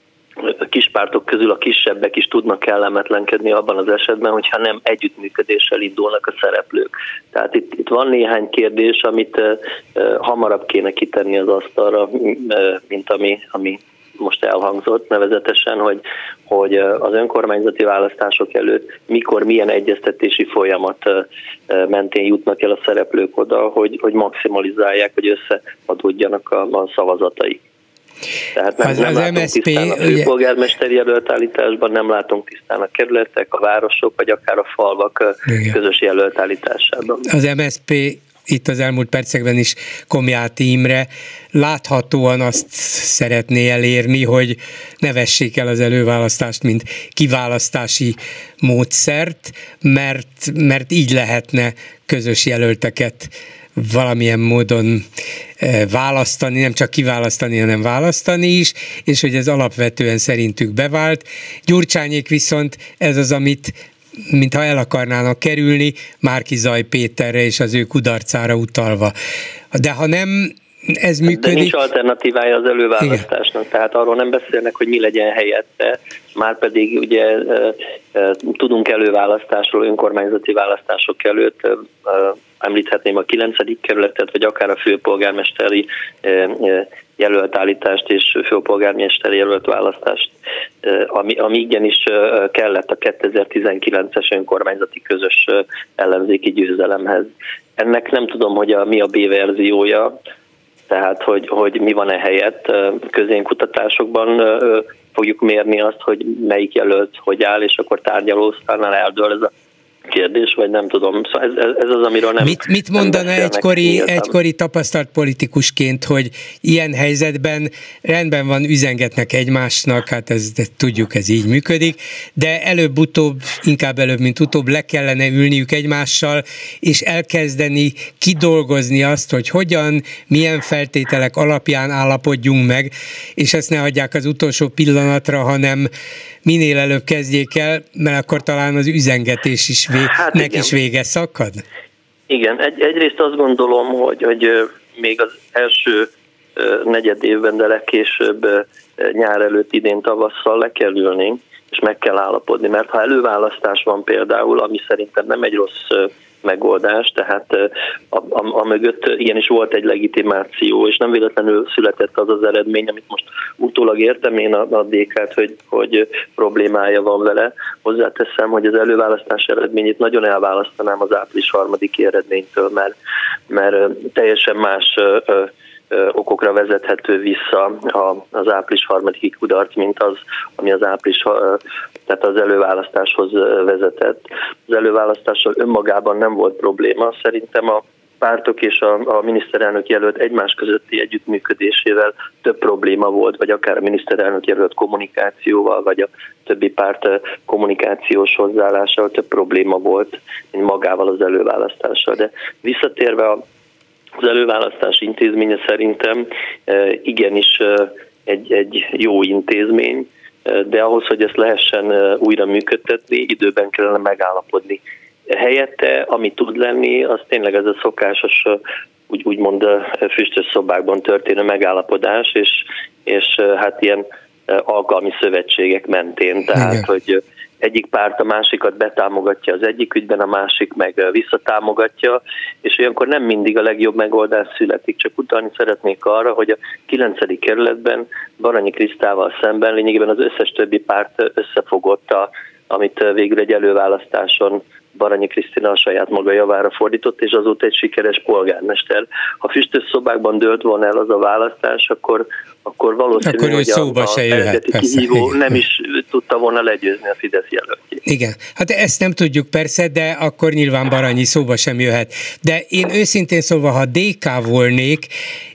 A kispártok közül a kisebbek is tudnak kellemetlenkedni abban az esetben, hogyha nem együttműködéssel indulnak a szereplők. Tehát itt, itt van néhány kérdés, amit uh, hamarabb kéne kitenni az asztalra, uh, mint ami, ami most elhangzott, nevezetesen, hogy, hogy az önkormányzati választások előtt mikor, milyen egyeztetési folyamat uh, mentén jutnak el a szereplők oda, hogy, hogy maximalizálják, hogy összeadódjanak a, a szavazataik. Tehát nem, az, nem az látunk em es zé pé, tisztán a főpolgármesteri jelöltállításban, nem látunk tisztán a kerületek, a városok, vagy akár a falvak Igen. közös jelöltállításában. Az em es zé pé itt az elmúlt percekben is Komjáti Imre láthatóan azt szeretné elérni, hogy ne vessék el az előválasztást, mint kiválasztási módszert, mert, mert így lehetne közös jelölteket valamilyen módon választani, nem csak kiválasztani, hanem választani is, és hogy ez alapvetően szerintük bevált. Gyurcsányék viszont ez az, amit mintha el akarnának kerülni, Márki-Zay Péterre és az ő kudarcára utalva. De ha nem ez működik... De nincs alternatívája az előválasztásnak, igen. Tehát arról nem beszélnek, hogy mi legyen helyette, már pedig ugye e, e, tudunk előválasztásról, önkormányzati választások előtt, e, említhetném a kilencedik kerületet, vagy akár a főpolgármesteri e, e, jelölt állítást és főpolgármesteri jelölt választást, e, ami, ami igenis e, kellett a kétezer-tizenkilences önkormányzati közös e, ellenzéki győzelemhez. Ennek nem tudom, hogy a, mi a B-verziója, tehát, hogy, hogy mi van e helyett. Közénkutatásokban fogjuk mérni azt, hogy melyik jelölt hogy áll, és akkor tárgyalóasztalnál eldől ez a kérdés, vagy nem tudom. Szóval ez, ez az, amiről nem... Mit, mit mondana egykori, egykori tapasztalt politikusként, hogy ilyen helyzetben rendben van, üzengetnek egymásnak, hát ez, de tudjuk, ez így működik, de előbb-utóbb, inkább előbb, mint utóbb le kellene ülniük egymással, és elkezdeni kidolgozni azt, hogy hogyan, milyen feltételek alapján állapodjunk meg, és ezt ne hagyják az utolsó pillanatra, hanem minél előbb kezdjék el, mert akkor talán az üzengetés is vé- hát nek is vége szakad? Igen, Egy, egyrészt azt gondolom, hogy, hogy még az első negyed évben, de legkésőbb nyár előtt, idén tavasszal le kell ülni, és meg kell állapodni, mert ha előválasztás van például, ami szerintem nem egy rossz megoldás, tehát a, a, a mögött igenis volt egy legitimáció, és nem véletlenül született az az eredmény, amit most utólag értem én a, a dé ká-t, hogy, hogy problémája van vele. Hozzáteszem, hogy az előválasztás eredményét nagyon elválasztanám az április harmadiki eredménytől, mert, mert teljesen más okokra vezethető vissza az április harmadiki kudarc, mint az, ami az április, tehát az előválasztáshoz vezetett. Az előválasztással önmagában nem volt probléma. Szerintem a pártok és a, a miniszterelnök jelölt egymás közötti együttműködésével több probléma volt, vagy akár a miniszterelnök jelölt kommunikációval, vagy a többi párt kommunikációs hozzáállásával több probléma volt, mint magával az előválasztással. De visszatérve a Az előválasztás intézménye szerintem igenis egy, egy jó intézmény, de ahhoz, hogy ezt lehessen újra működtetni, időben kellene megállapodni. Helyette, ami tud lenni, az tényleg ez a szokásos, úgy, úgymond füstös szobákban történő megállapodás, és, és hát ilyen alkalmi szövetségek mentén, tehát, igen. hogy egyik párt a másikat betámogatja az egyik ügyben, a másik meg visszatámogatja, és olyankor nem mindig a legjobb megoldás születik. Csak utalni szeretnék arra, hogy a kilencedik kerületben Baranyi Krisztával szemben lényegében az összes többi párt összefogott, a, amit végül egy előválasztáson Baranyi Krisztina a saját maga javára fordított, és azóta egy sikeres polgármester. Ha füstös szobákban dőlt volna el az a választás, akkor, akkor valószínű, akkor hogy a, a eredeti kihívó nem is tudta volna legyőzni a Fidesz jelöltjét. Igen, hát ezt nem tudjuk persze, de akkor nyilván Baranyi szóba sem jöhet. De én őszintén szólva, ha dé ká volnék,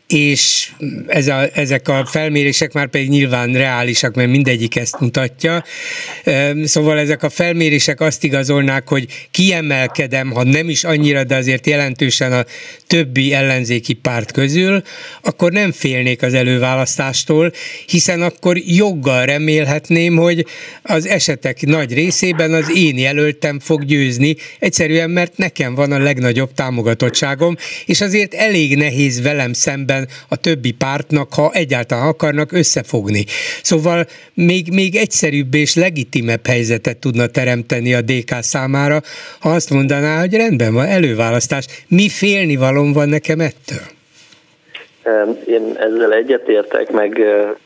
és ez a, ezek a felmérések már pedig nyilván reálisak, mert mindegyik ezt mutatja. Szóval ezek a felmérések azt igazolnák, hogy kiemelkedem, ha nem is annyira, de azért jelentősen a többi ellenzéki párt közül, akkor nem félnék az előválasztástól, hiszen akkor joggal remélhetném, hogy az esetek nagy részében az én jelöltem fog győzni, egyszerűen mert nekem van a legnagyobb támogatottságom, és azért elég nehéz velem szemben a többi pártnak, ha egyáltalán akarnak, összefogni. Szóval még, még egyszerűbb és legitimebb helyzetet tudna teremteni a dé ká számára, ha azt mondaná, hogy rendben van, előválasztás. Mi félnivalóm van nekem ettől? Én ezzel egyetértek, meg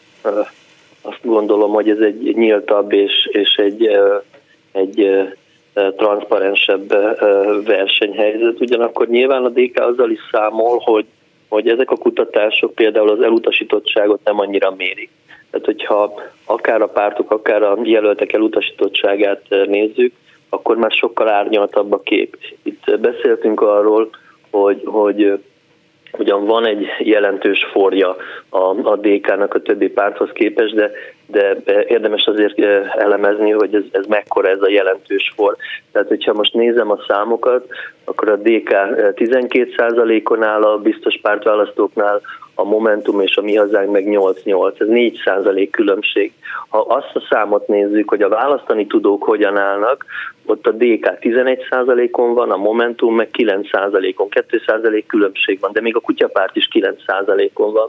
azt gondolom, hogy ez egy nyíltabb és, és egy, egy transzparensebb versenyhelyzet. Ugyanakkor nyilván a dé ká azzal is számol, hogy hogy ezek a kutatások például az elutasítottságot nem annyira mérik. Tehát, hogyha akár a pártok, akár a jelöltek elutasítottságát nézzük, akkor már sokkal árnyaltabb a kép. Itt beszéltünk arról, hogy, hogy ugyan van egy jelentős forja a, a dé ká-nak a többi párthoz képest, de, de érdemes azért elemezni, hogy ez, ez mekkora ez a jelentős for. Tehát, hogyha most nézem a számokat, akkor a dé ká tizenkét százalékon áll a biztos pártválasztóknál, a Momentum és a Mi Hazánk meg nyolc nyolc, ez négy százalék különbség. Ha azt a számot nézzük, hogy a választani tudók hogyan állnak, ott a dé ká tizenegy százalékon van, a Momentum meg kilenc százalékon, két százalék különbség van, de még a Kutyapárt is kilenc százalékon van.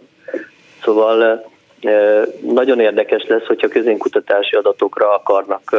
Szóval nagyon érdekes lesz, hogyha közénkutatási adatokra akarnak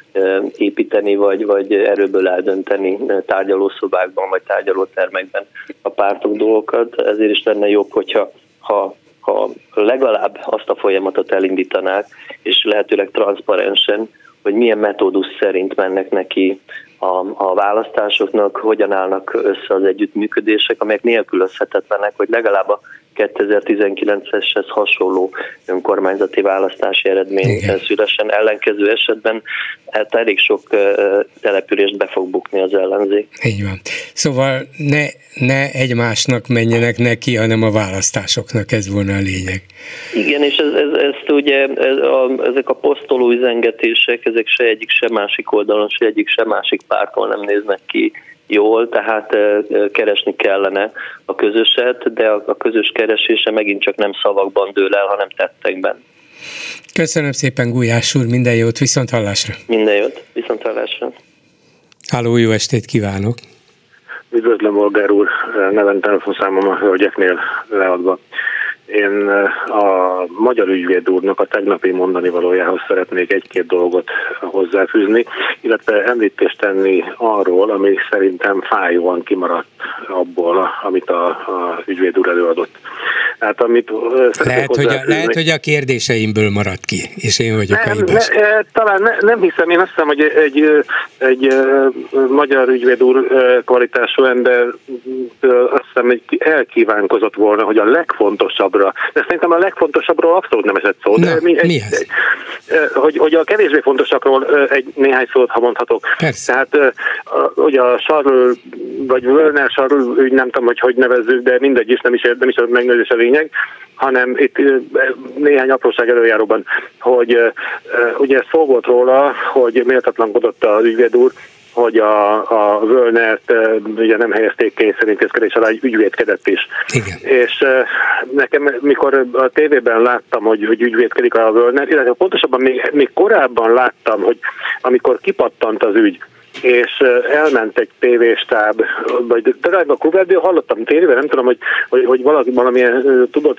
építeni, vagy, vagy erőből eldönteni tárgyalószobákban, vagy tárgyalótermekben a pártok dolgokat. Ezért is lenne jobb, hogyha ha, ha legalább azt a folyamatot elindítanák, és lehetőleg transzparensen, hogy milyen metódus szerint mennek neki a, a választásoknak, hogyan állnak össze az együttműködések, amelyek nélkülözhetetlenek, hogy legalább a kétezer-tizenkilenceshez hasonló önkormányzati választási eredmény Igen. szülessen. Ellenkező esetben hát elég sok uh, települést be fog bukni az ellenzék. Így van. Szóval ne, ne egymásnak menjenek neki, hanem a választásoknak, ez volna a lényeg. Igen, és ez, ez, ezt ugye ez a, ezek a posztoló üzengetések, ezek se egyik, se másik oldalon, se egyik, se másik párton nem néznek ki jól, tehát keresni kellene a közöset, de a közös keresése megint csak nem szavakban dől el, hanem tettekben. Köszönöm szépen, Gulyás úr, minden jót, viszont hallásra. Minden jót, viszont hallásra. Háló, jó estét kívánok. Üdvözlöm, Bolgár úr, nevem telefonszámom a hölgyeknél leadva. Én a magyar ügyvéd úrnak a tegnapi mondani valójához szeretnék egy-két dolgot hozzáfűzni, illetve említést tenni arról, ami szerintem fájóan kimaradt abból, amit a, a ügyvéd úr előadott. Hát, amit lehet, hogy a, lehet, hogy a kérdéseimből maradt ki, és én vagyok nem, a hibás. Ne, talán ne, nem hiszem, én azt hiszem, hogy egy, egy, egy magyar ügyvéd úr kvalitású ember azt hiszem, hogy elkívánkozott volna, hogy a legfontosabbra, de szerintem a legfontosabbról abszolút nem esett szó. Na, de mi, mi egy, ez? Hogy, hogy a kevésbé fontosakról egy néhány szót, ha mondhatok. Persze. Tehát ugye a Charles, vagy Wörner Charles ügy, nem tudom, hogy hogy nevezzük, de mindegy is, nem is, nem is megnézés a lényeg, hanem itt néhány apróság előjáróban, hogy ugye szó volt róla, hogy méltatlankodott az ügyvéd úr, hogy a, a Wörnert ugye nem helyezték kényszerintézkedés alá, ügyvédkedett is. Igen. És nekem, mikor a tévében láttam, hogy, hogy ügyvédkedik a Wörner, illetve pontosabban még, még korábban láttam, hogy amikor kipattant az ügy, és elment egy tévéstáb, vagy talán a Kluberből hallottam tévében, nem tudom, hogy, hogy, hogy valaki, valamilyen tudott,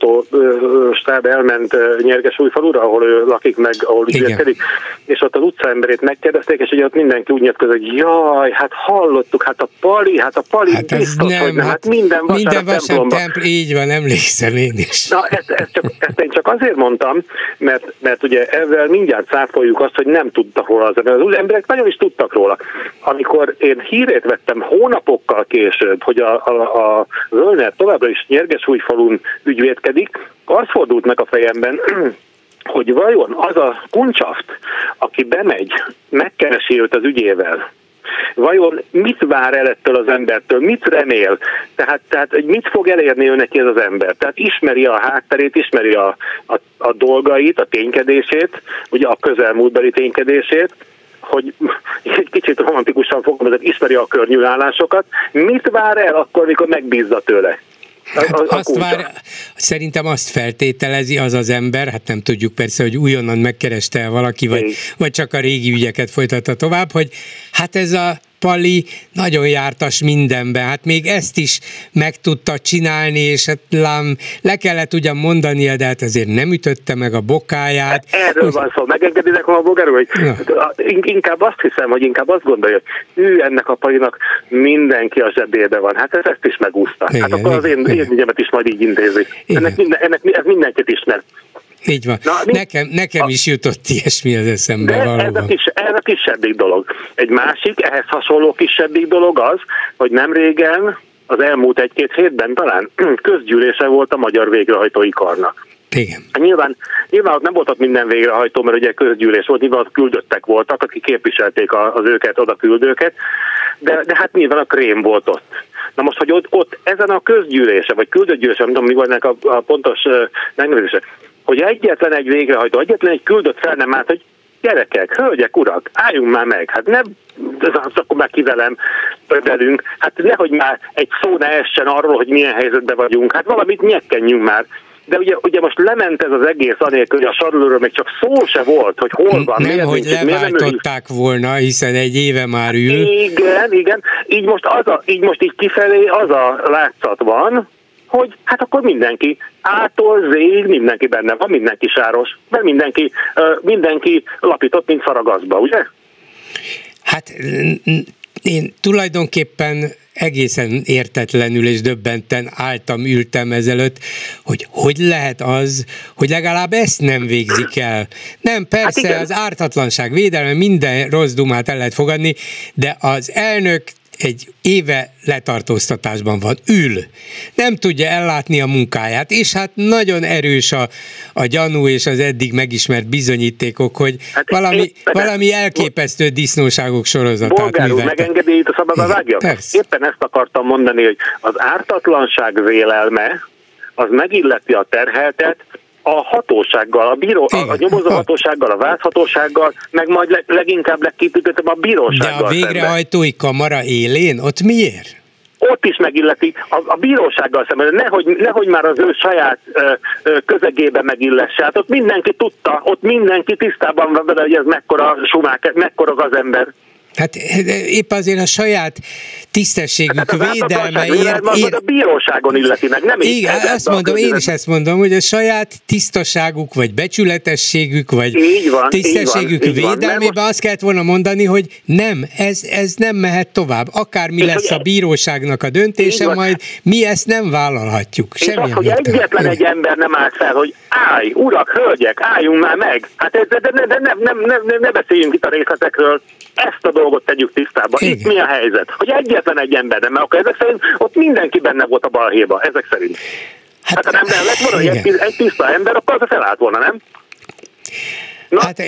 sajtóstáb elment Nyergesújfalura, ahol ő lakik meg, ahol ügyvédkedik, és ott az utcaemberét megkérdezték, és ugye ott mindenki úgy nyilatkozott, hogy jaj, hát hallottuk, hát a Pali, hát a Pali hát biztos, nem, hogy nem, hát minden vasárnap minden vasárnap templomba. Így van, emlékszem én is. Na, ezt, ezt, csak, ezt én csak azért mondtam, mert, mert ugye ezzel mindjárt cáfoljuk azt, hogy nem tudtak róla az ember. Az emberek nagyon is tudtak róla. Amikor én hírét vettem hónapokkal később, hogy a, a, a Wörner továbbra is Nyergesújfalun ügyvédkedik, az fordult meg a fejemben, hogy vajon az a Kuncsaft, aki bemegy, megkeresi őt az ügyével, vajon mit vár el ettől az embertől, mit remél, tehát, tehát mit fog elérni ő neki ez az ember. Tehát ismeri a hátterét, ismeri a, a, a dolgait, a ténykedését, ugye a közelmúltbeli ténykedését, hogy egy kicsit romantikusan fogalmazok, ismeri a környűállásokat, mit vár el akkor, mikor megbízza tőle? Hát a, a azt vár, szerintem azt feltételezi az az ember, hát nem tudjuk persze, hogy újonnan megkereste valaki, vagy, vagy csak a régi ügyeket folytatta tovább, hogy hát ez a Pali nagyon jártas mindenben, hát még ezt is meg tudta csinálni, és hát lám, le kellett ugyan mondania, de hát ezért nem ütötte meg a bokáját. Erről van szó, megengeditek a bogáról, hogy ja. Inkább azt hiszem, hogy inkább azt gondolja, hogy ő ennek a Palinak mindenki a zsebébe van, hát ez ezt is megúszta. Igen, hát akkor az én, én ügyemet is majd így intézi. Ennek, minden, ennek ez mindenkit ismer. Így van. Na, nekem nekem a, is jutott ilyesmi az eszembe de valóban. Ez a, kis, ez a kisebbik dolog. Egy másik, ehhez hasonló kisebbik dolog az, hogy nem régen, az elmúlt egy-két hétben talán közgyűlése volt a Magyar Végrehajtói Karnak. Igen. Nyilván, nyilván ott nem volt ott minden végrehajtó, mert ugye közgyűlés volt, nyilván ott küldöttek voltak, akik képviselték az őket, oda küldőket, de, de hát nyilván a krém volt ott. Na most, hogy ott, ott ezen a közgyűlése, vagy küldött gyűlése, nem tudom, mi volt a, a pontos uh, megnevezése, hogy egyetlen egy végrehajtó, egyetlen egy küldött fel nem állt, hogy Gyerekek, hölgyek, urak, álljunk már meg, hát nem, az akkor már kivelem velünk, hát nehogy már egy szó ne essen arról, hogy milyen helyzetben vagyunk, hát valamit nyekkenjünk már. De ugye, ugye most lement ez az egész anélkül, hogy a Sarlóról még csak szó se volt, hogy hol van. Nem, hogy leváltották volna, hiszen egy éve már ül. Igen, igen. Így most, az a, így most így kifelé az a látszat van, hogy hát akkor mindenki, ától zég, mindenki benne van, mindenki sáros, mert mindenki, mindenki lapított, mint faragaszba, ugye? Hát én tulajdonképpen egészen értetlenül és döbbenten álltam, ültem ezelőtt, hogy hogy lehet az, hogy legalább ezt nem végzik el. Nem, persze hát az ártatlanság védelme, minden rossz dumát el lehet fogadni, de az elnök egy éve letartóztatásban van, ül, nem tudja ellátni a munkáját, és hát nagyon erős a, a gyanú és az eddig megismert bizonyítékok, hogy hát valami, éppen, valami elképesztő disznóságok sorozatát Bolgár úr, megengedi itt a szabadba vágja? Éppen ezt akartam mondani, hogy az ártatlanság vélelme, az megilleti a terheltet, a hatósággal, a, bíró, a, a nyomozóhatósággal, a vádhatósággal, meg majd leg, leginkább legképítettem a bírósággal. De a végrehajtói kamara élén, ott miért? Ott is megilleti a, a bírósággal szemben, nehogy, nehogy már az ő saját ö, ö, közegében megillesse. Hát ott mindenki tudta, ott mindenki tisztában van vele, hogy ez mekkora sumák, mekkora az ember. Hát épp azért a saját tisztességük hát védelmeért... Ér... a bíróságon illeti meg, nem így. Igen, azt mondom, én is ezt mondom, hogy a saját tisztaságuk, vagy becsületességük, vagy van, tisztességük így van, védelmében most... azt kellett volna mondani, hogy nem, ez, ez nem mehet tovább. Akármi lesz a bíróságnak a döntése, majd mi ezt nem vállalhatjuk. És az, hogy egyetlen egy ember nem állt fel, hogy állj, urak, hölgyek, álljunk már meg. Hát ez, de, de, de, de ne, nem, nem, nem, ne beszéljünk itt a részletekről. Ezt a dolgot tegyük tisztába. Igen. Itt mi a helyzet? Hogy egyetlen egy ember nem, mert akkor ezek szerint ott mindenki benne volt a balhéba, ezek szerint. Hát, hát ha nem lett volna egy, egy tiszta ember, akkor az felállt volna, nem? Na? Hát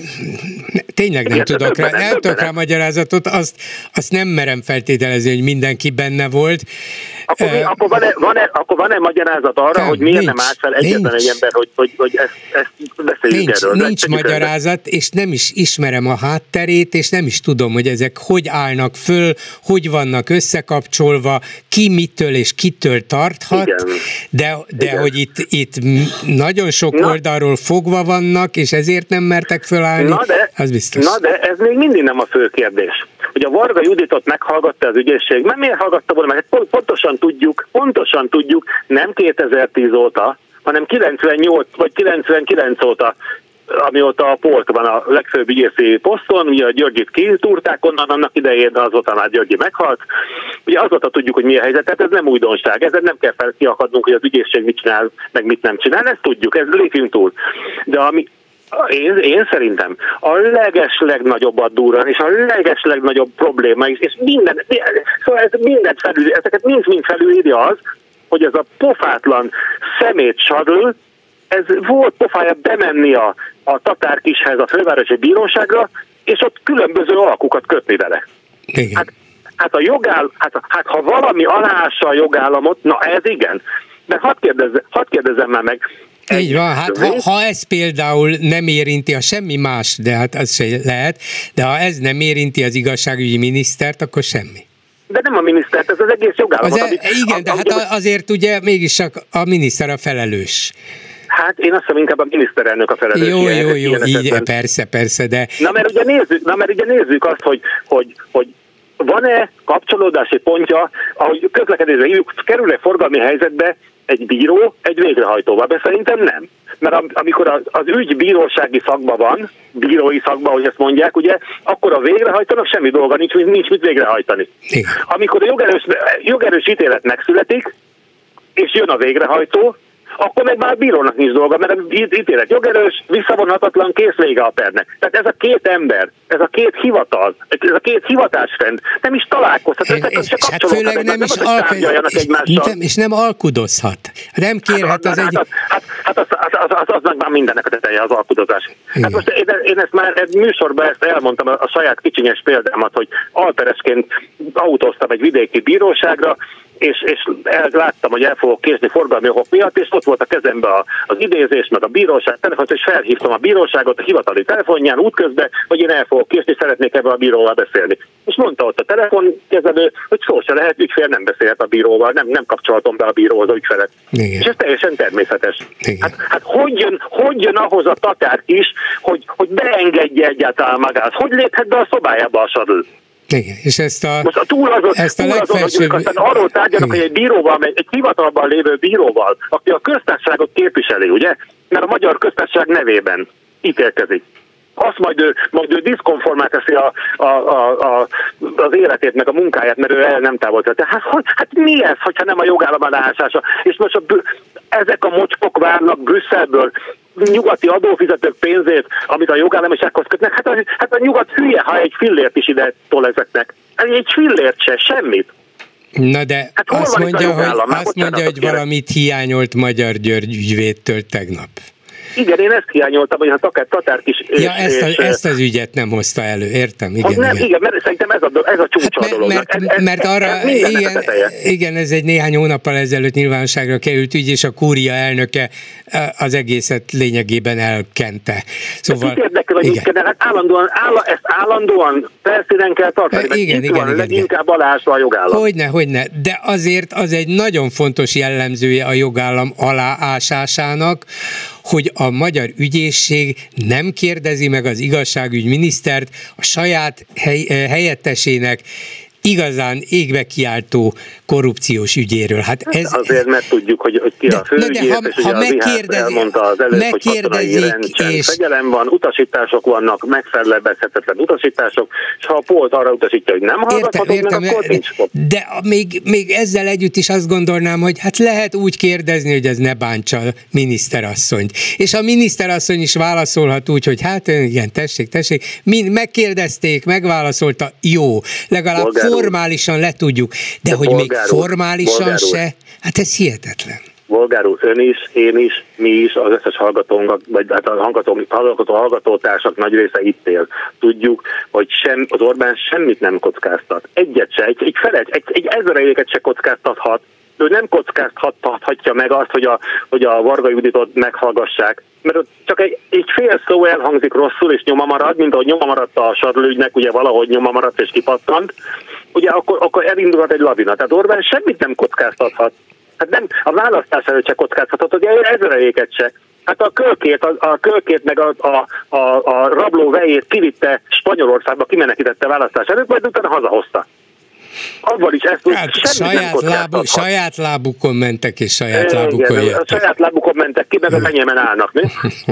tényleg nem tudok többen, rá, nem tudok rá magyarázatot, azt, azt nem merem feltételezni, hogy mindenki benne volt. Akkor, mi, uh, akkor, van-e, van-e, akkor van-e magyarázat arra, nem, hogy miért nincs, nem állt fel egyetlen nincs, egy ember, hogy, hogy, hogy ezt, ezt beszéljük nincs, erről? Nincs magyarázat, erről. És nem is ismerem a hátterét, és nem is tudom, hogy ezek hogy állnak föl, hogy vannak összekapcsolva, ki mitől és kitől tarthat, igen. de, de igen. hogy itt, itt nagyon sok Na. oldalról fogva vannak, és ezért nem mertek fölállni, na de, az biztos. Na de ez még mindig nem a fő kérdés. Hogy a Varga Juditot meghallgatta az ügyészség, mert miért hallgatta volna meg? Pontosan tudjuk, pontosan tudjuk, nem kétezer-tíz óta, hanem kilencvennyolc vagy kilencvenkilenc óta, amióta a Polt van a legfőbb ügyészi poszton, ugye a Györgyit kitúrták onnan, annak idején azóta már Györgyi meghalt. Ugye azóta tudjuk, hogy mi a helyzet, tehát ez nem újdonság, ezzel nem kell fel kiakadnunk, hogy az ügyészség mit csinál, meg mit nem csinál, ezt tudjuk, ez lépjünk túl. De ami Én, én szerintem a leges legnagyobb a durran, és a leges legnagyobb probléma is, és minden, szóval ez mindent felül, ezeket mind-mind felülírja az, hogy ez a pofátlan szemét Sarl, ez volt pofája bemenni a, a Tatárkishez, a fővárosi bíróságra, és ott különböző alkukat kötni vele. Hát, hát, a jogáll, hát, hát ha valami aláássa a jogállamot, na ez igen. De hadd kérdezzem, hadd kérdezzem már meg, így van, hát ha, ha ez például nem érinti a semmi más, de hát az se lehet, de ha ez nem érinti az igazságügyi minisztert, akkor semmi. De nem a minisztert, ez az egész jogállamot. Az e, igen, a, de hát a, azért ugye mégis a, a miniszter a felelős. Hát én azt hiszem, inkább a miniszterelnök a felelős. Jó, jó, jó, így, persze, persze, de... Na mert ugye nézzük, na, mert ugye nézzük azt, hogy, hogy, hogy van-e kapcsolódási pontja, ahogy közlekedésre hívjuk, kerül-e forgalmi helyzetbe egy bíró egy végrehajtóval, de szerintem nem. Mert amikor az, az ügy bírósági szakban van, bírói szakban, hogy ezt mondják, ugye, akkor a végrehajtónak semmi dolga nincs, nincs mit végrehajtani. Igen. Amikor a jogerős, jogerős ítélet megszületik, és jön a végrehajtó, akkor meg már a bírónak nincs dolga, mert az ítélet jogerős, visszavonhatatlan, kész, vége a pernek. Tehát ez a két ember, ez a két hivatal, ez a két hivatásrend nem is találkozhat, ezek se kapcsolódhat, hát nem, nem is alk- és, nem, és nem alkudozhat. Nem kérhet hát, az hát, egy... Hát, hát az, az, az, az, az meg már mindennek a teteje az alkudozás. Hát most én, én ezt már egy műsorban ezt elmondtam, a, a saját kicsinyes példámat, hogy alteresként autóztam egy vidéki bíróságra, és, és el, láttam, hogy el fogok késni forgalmi okok miatt, és ott volt a kezembe a, az idézés, meg a bíróság telefont, és felhívtam a bíróságot a hivatali telefonján útközben, hogy én el fogok késni, szeretnék ebben a bíróval beszélni. És mondta ott a telefonkezelő, hogy szó se lehet, ügyfél nem beszélhet a bíróval, nem, nem kapcsolatom be a bíróhoz az ügyfelet. Igen. És ez teljesen természetes. Hát, hát hogy, jön, hogy jön ahhoz a tatár is, hogy, hogy beengedje egyáltalán magát? Hogy léphet be a szobájába a sadl? Igen, és ezt a, most a túl azon, ezt a túl legfelsőbb... azon, hogy arról tárgyanak, hogy egy bíróval, egy hivatalban lévő bíróval, aki a köztársaságot képviseli, ugye? Mert a magyar köztársaság nevében ítélkezik. Azt majd ő, majd ő diszkonformát teszi a, a, a, a, az életét, meg a munkáját, mert ő el nem távolta. Tehát hát, hát mi ez, hogyha nem a jogállam aláásása? És most a, ezek a mocskok várnak Brüsszelből nyugati adófizetők pénzét, amit a jogállamisághoz kötnek, hát a, hát a nyugat hülye, ha egy fillért is ide tol ezeknek. Egy fillért se, semmit. Na de hát azt mondja, hogy, azt mondja, hogy valamit hiányolt Magyar György ügyvédtől tegnap. Igen, én ezt hiányoltam, hogy a tatár, tatár kis... Ja, és, ezt, a, és, ezt az ügyet nem hozta elő, értem? Igen, nem, igen. igen, mert szerintem ez a, ez a csúcsa hát, a dolognak. Mert, ez, mert ez, arra, ez igen, igen, ez egy néhány hónappal ezelőtt nyilvánosságra került ügy, és a kúria elnöke az egészet lényegében elkente. Szóval... Ez érdekel, hogy igen. Hát állandóan, áll, ezt állandóan felszínen kell tartani, mert igen, itt igen, van igen, leginkább alásva a jogállam. Hogyne, hogyne, de azért az egy nagyon fontos jellemzője a jogállam aláásásának, hogy a magyar ügyészség nem kérdezi meg az igazságügyminisztert a saját hely, helyettesének igazán égbe kiáltó korrupciós ügyéről. Hát ez... Azért, mert tudjuk, hogy, hogy ki de, a főügyész, ha, és ha ugye a Rihász elmondta az előtt, hogy katonai rendcsend és... fegyelem van, utasítások vannak, megfelebezhetetlen utasítások, és ha a Polt arra utasítja, hogy nem hallgathatok meg, akkor nincs pont. De még, még ezzel együtt is azt gondolnám, hogy hát lehet úgy kérdezni, hogy ez ne bántsa a miniszterasszonyt. És a miniszterasszony is válaszolhat úgy, hogy hát igen, tessék, tessék, mind megkérdezték, megválaszolta, jó, legalább Bolgár formálisan le tudjuk, de, de hogy még formálisan se, hát ez hihetetlen. Bolgár úr, ön is, én is, mi is, az összes hallgatónk, vagy hát a hallgató, hallgató, hallgatótársak nagy része itt él. Tudjuk, hogy sem, az Orbán semmit nem kockáztat. Egyet se, egy, egy felet, egy, egy ezereiket se kockáztathat. Ő nem kockáztathatja meg azt, hogy a, hogy a Varga Juditot meghallgassák. Mert csak egy, egy fél szó elhangzik rosszul, és nyoma marad, mint ahogy nyoma maradt a Sadl ügynek, ugye valahogy nyoma maradt és kipattant, ugye akkor, akkor elindulhat egy lavina. Tehát Orbán semmit nem kockáztathat. Hát nem, a választás előtt se kockáztathat, hogy ezereiket se. Hát a kölkét, a, a kölkét meg a, a, a, a rabló vejét kivitte Spanyolországba, kimenekítette választás előtt, majd utána hazahozta. Abban is ezt hát saját, lábuk, saját lábukon mentek, és saját igen, lábukon jöttek. A saját lábukon mentek ki, meg a enyémen állnak, mi?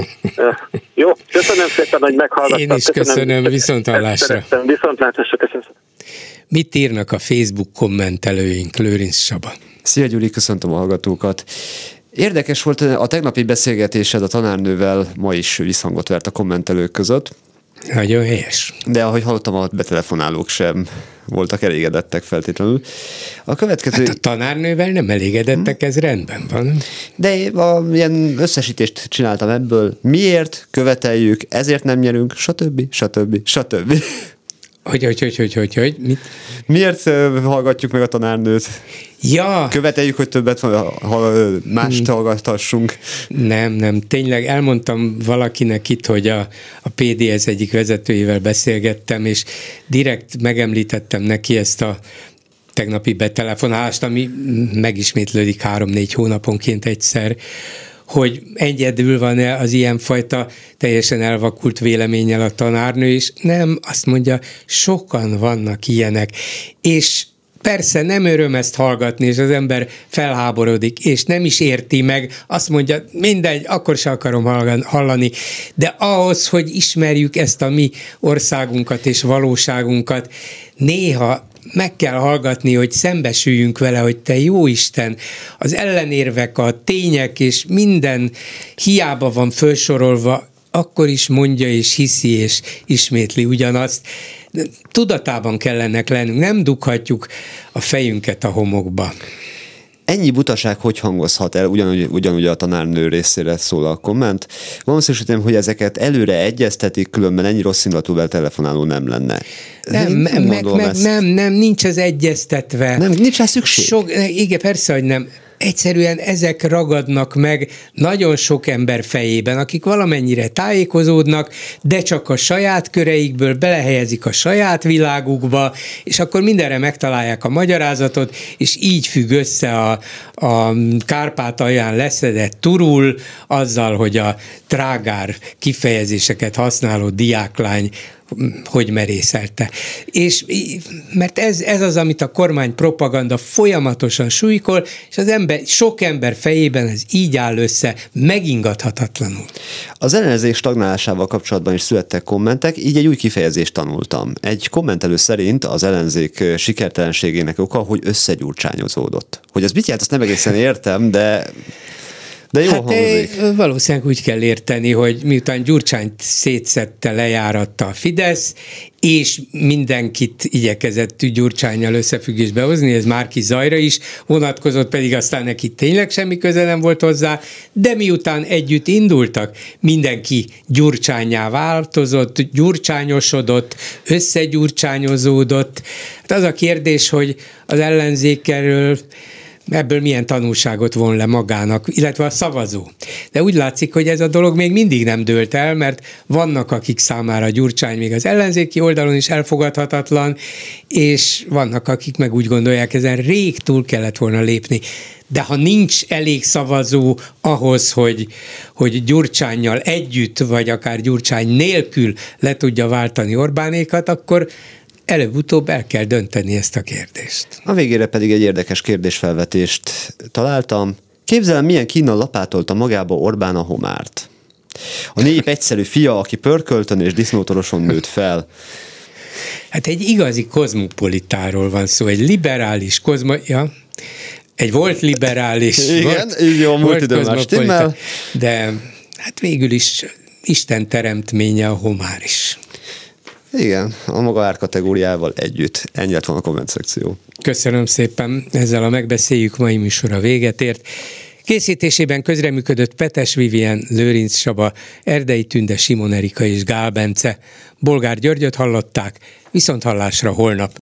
Jó, köszönöm szépen, hogy meghallgattak. Én is köszönöm, köszönöm viszonthallásra. Viszontlátásra, köszönöm. Mit írnak a Facebook kommentelőink, Lőrinc Csaba? Szia Gyuri, köszöntöm a hallgatókat. Érdekes volt a tegnapi beszélgetésed a tanárnővel, ma is visszhangot vert a kommentelők között. Nagyon helyes. De ahogy hallottam, a betelefonálók sem voltak elégedettek feltétlenül. A következő... Hát a tanárnővel nem elégedettek, ez rendben van. De a, ilyen összesítést csináltam ebből. Miért követeljük, ezért nem nyerünk, stb. stb. stb. Hogy, hogy, hogy, hogy, hogy, hogy? Mit? Miért hallgatjuk meg a tanárnőt? Ja. Követeljük, hogy többet mást hallgathassunk. Nem, nem. Tényleg elmondtam valakinek itt, hogy a, a pé dé es egyik vezetőjével beszélgettem, és direkt megemlítettem neki ezt a tegnapi betelefonálást, ami megismétlődik három-négy hónaponként egyszer, hogy egyedül van-e az ilyenfajta teljesen elvakult véleménnyel a tanárnő, és nem, azt mondja, sokan vannak ilyenek, és persze nem öröm ezt hallgatni, és az ember felháborodik, és nem is érti meg, azt mondja, mindegy, akkor se akarom hallani, de ahhoz, hogy ismerjük ezt a mi országunkat és valóságunkat, néha meg kell hallgatni, hogy szembesüljünk vele, hogy te jó Isten, az ellenérvek, a tények és minden hiába van felsorolva, akkor is mondja és hiszi és ismétli ugyanazt. Tudatában kell ennek lennünk, nem dughatjuk a fejünket a homokba. ennyi butaság hogy hangozhat el, ugyanúgy, ugyanúgy a tanárnő részére szól a komment. Valószínűsítem, hogy ezeket előre egyeztetik, különben ennyi rossz indulatú telefonáló nem lenne. Nem, nem, meg, meg, nem, nem, nincs ez egyeztetve. Nem, nincs rá szükség. Sok, igen, persze, hogy nem. Egyszerűen ezek ragadnak meg nagyon sok ember fejében, akik valamennyire tájékozódnak, de csak a saját köreikből belehelyezik a saját világukba, és akkor mindenre megtalálják a magyarázatot, és így függ össze a, a Kárpátalján leszedett turul azzal, hogy a trágár kifejezéseket használó diáklány hogy merészelte. És mert ez, ez az, amit a kormány propaganda folyamatosan súlykol, és az ember, sok ember fejében ez így áll össze, megingathatatlanul. Az ellenzék stagnálásával kapcsolatban is születtek kommentek, így egy új kifejezést tanultam. Egy kommentelő szerint az ellenzék sikertelenségének oka, hogy összegyurcsányozódott. Hogy ez mit jelent, azt nem egészen értem, de... De jó hát hangzik. Valószínűleg úgy kell érteni, hogy miután Gyurcsányt szétszedte, lejáratta a Fidesz, és mindenkit igyekezett Gyurcsánnyal összefüggésbe hozni, ez Márki Zajra is vonatkozott, pedig aztán neki tényleg semmi köze nem volt hozzá, de miután együtt indultak, mindenki Gyurcsánnyá változott, gyurcsányosodott, összegyurcsányozódott. Hát az a kérdés, hogy az ellenzékről ebből milyen tanulságot von le magának, illetve a szavazó. De úgy látszik, hogy ez a dolog még mindig nem dőlt el, mert vannak, akik számára Gyurcsány még az ellenzéki oldalon is elfogadhatatlan, és vannak, akik meg úgy gondolják, ezen rég túl kellett volna lépni. De ha nincs elég szavazó ahhoz, hogy, hogy Gyurcsánnyal együtt, vagy akár Gyurcsány nélkül le tudja váltani Orbánékat, akkor előbb-utóbb el kell dönteni ezt a kérdést. A végére pedig egy érdekes kérdésfelvetést találtam. Képzelem, milyen Kína lapátolta magába Orbán a homárt. A nép egyszerű fia, aki pörköltön és disznótoroson nőtt fel. Hát egy igazi kozmopolitáról van szó, egy liberális kozmo... Ja, egy volt liberális. Igen, volt, így jó, múlt időn stimmel. De hát végül is Isten teremtménye a homár is. Igen, a maga árkategóriával együtt. Ennyi lett volna a komment szekció. Köszönöm szépen, ezzel a megbeszéljük mai műsora véget ért. Készítésében közreműködött Petes Vivien, Lőrinc Saba, Erdei Tünde, Simon Erika és Gál Bence. Bolgár Györgyöt hallották, viszont hallásra holnap.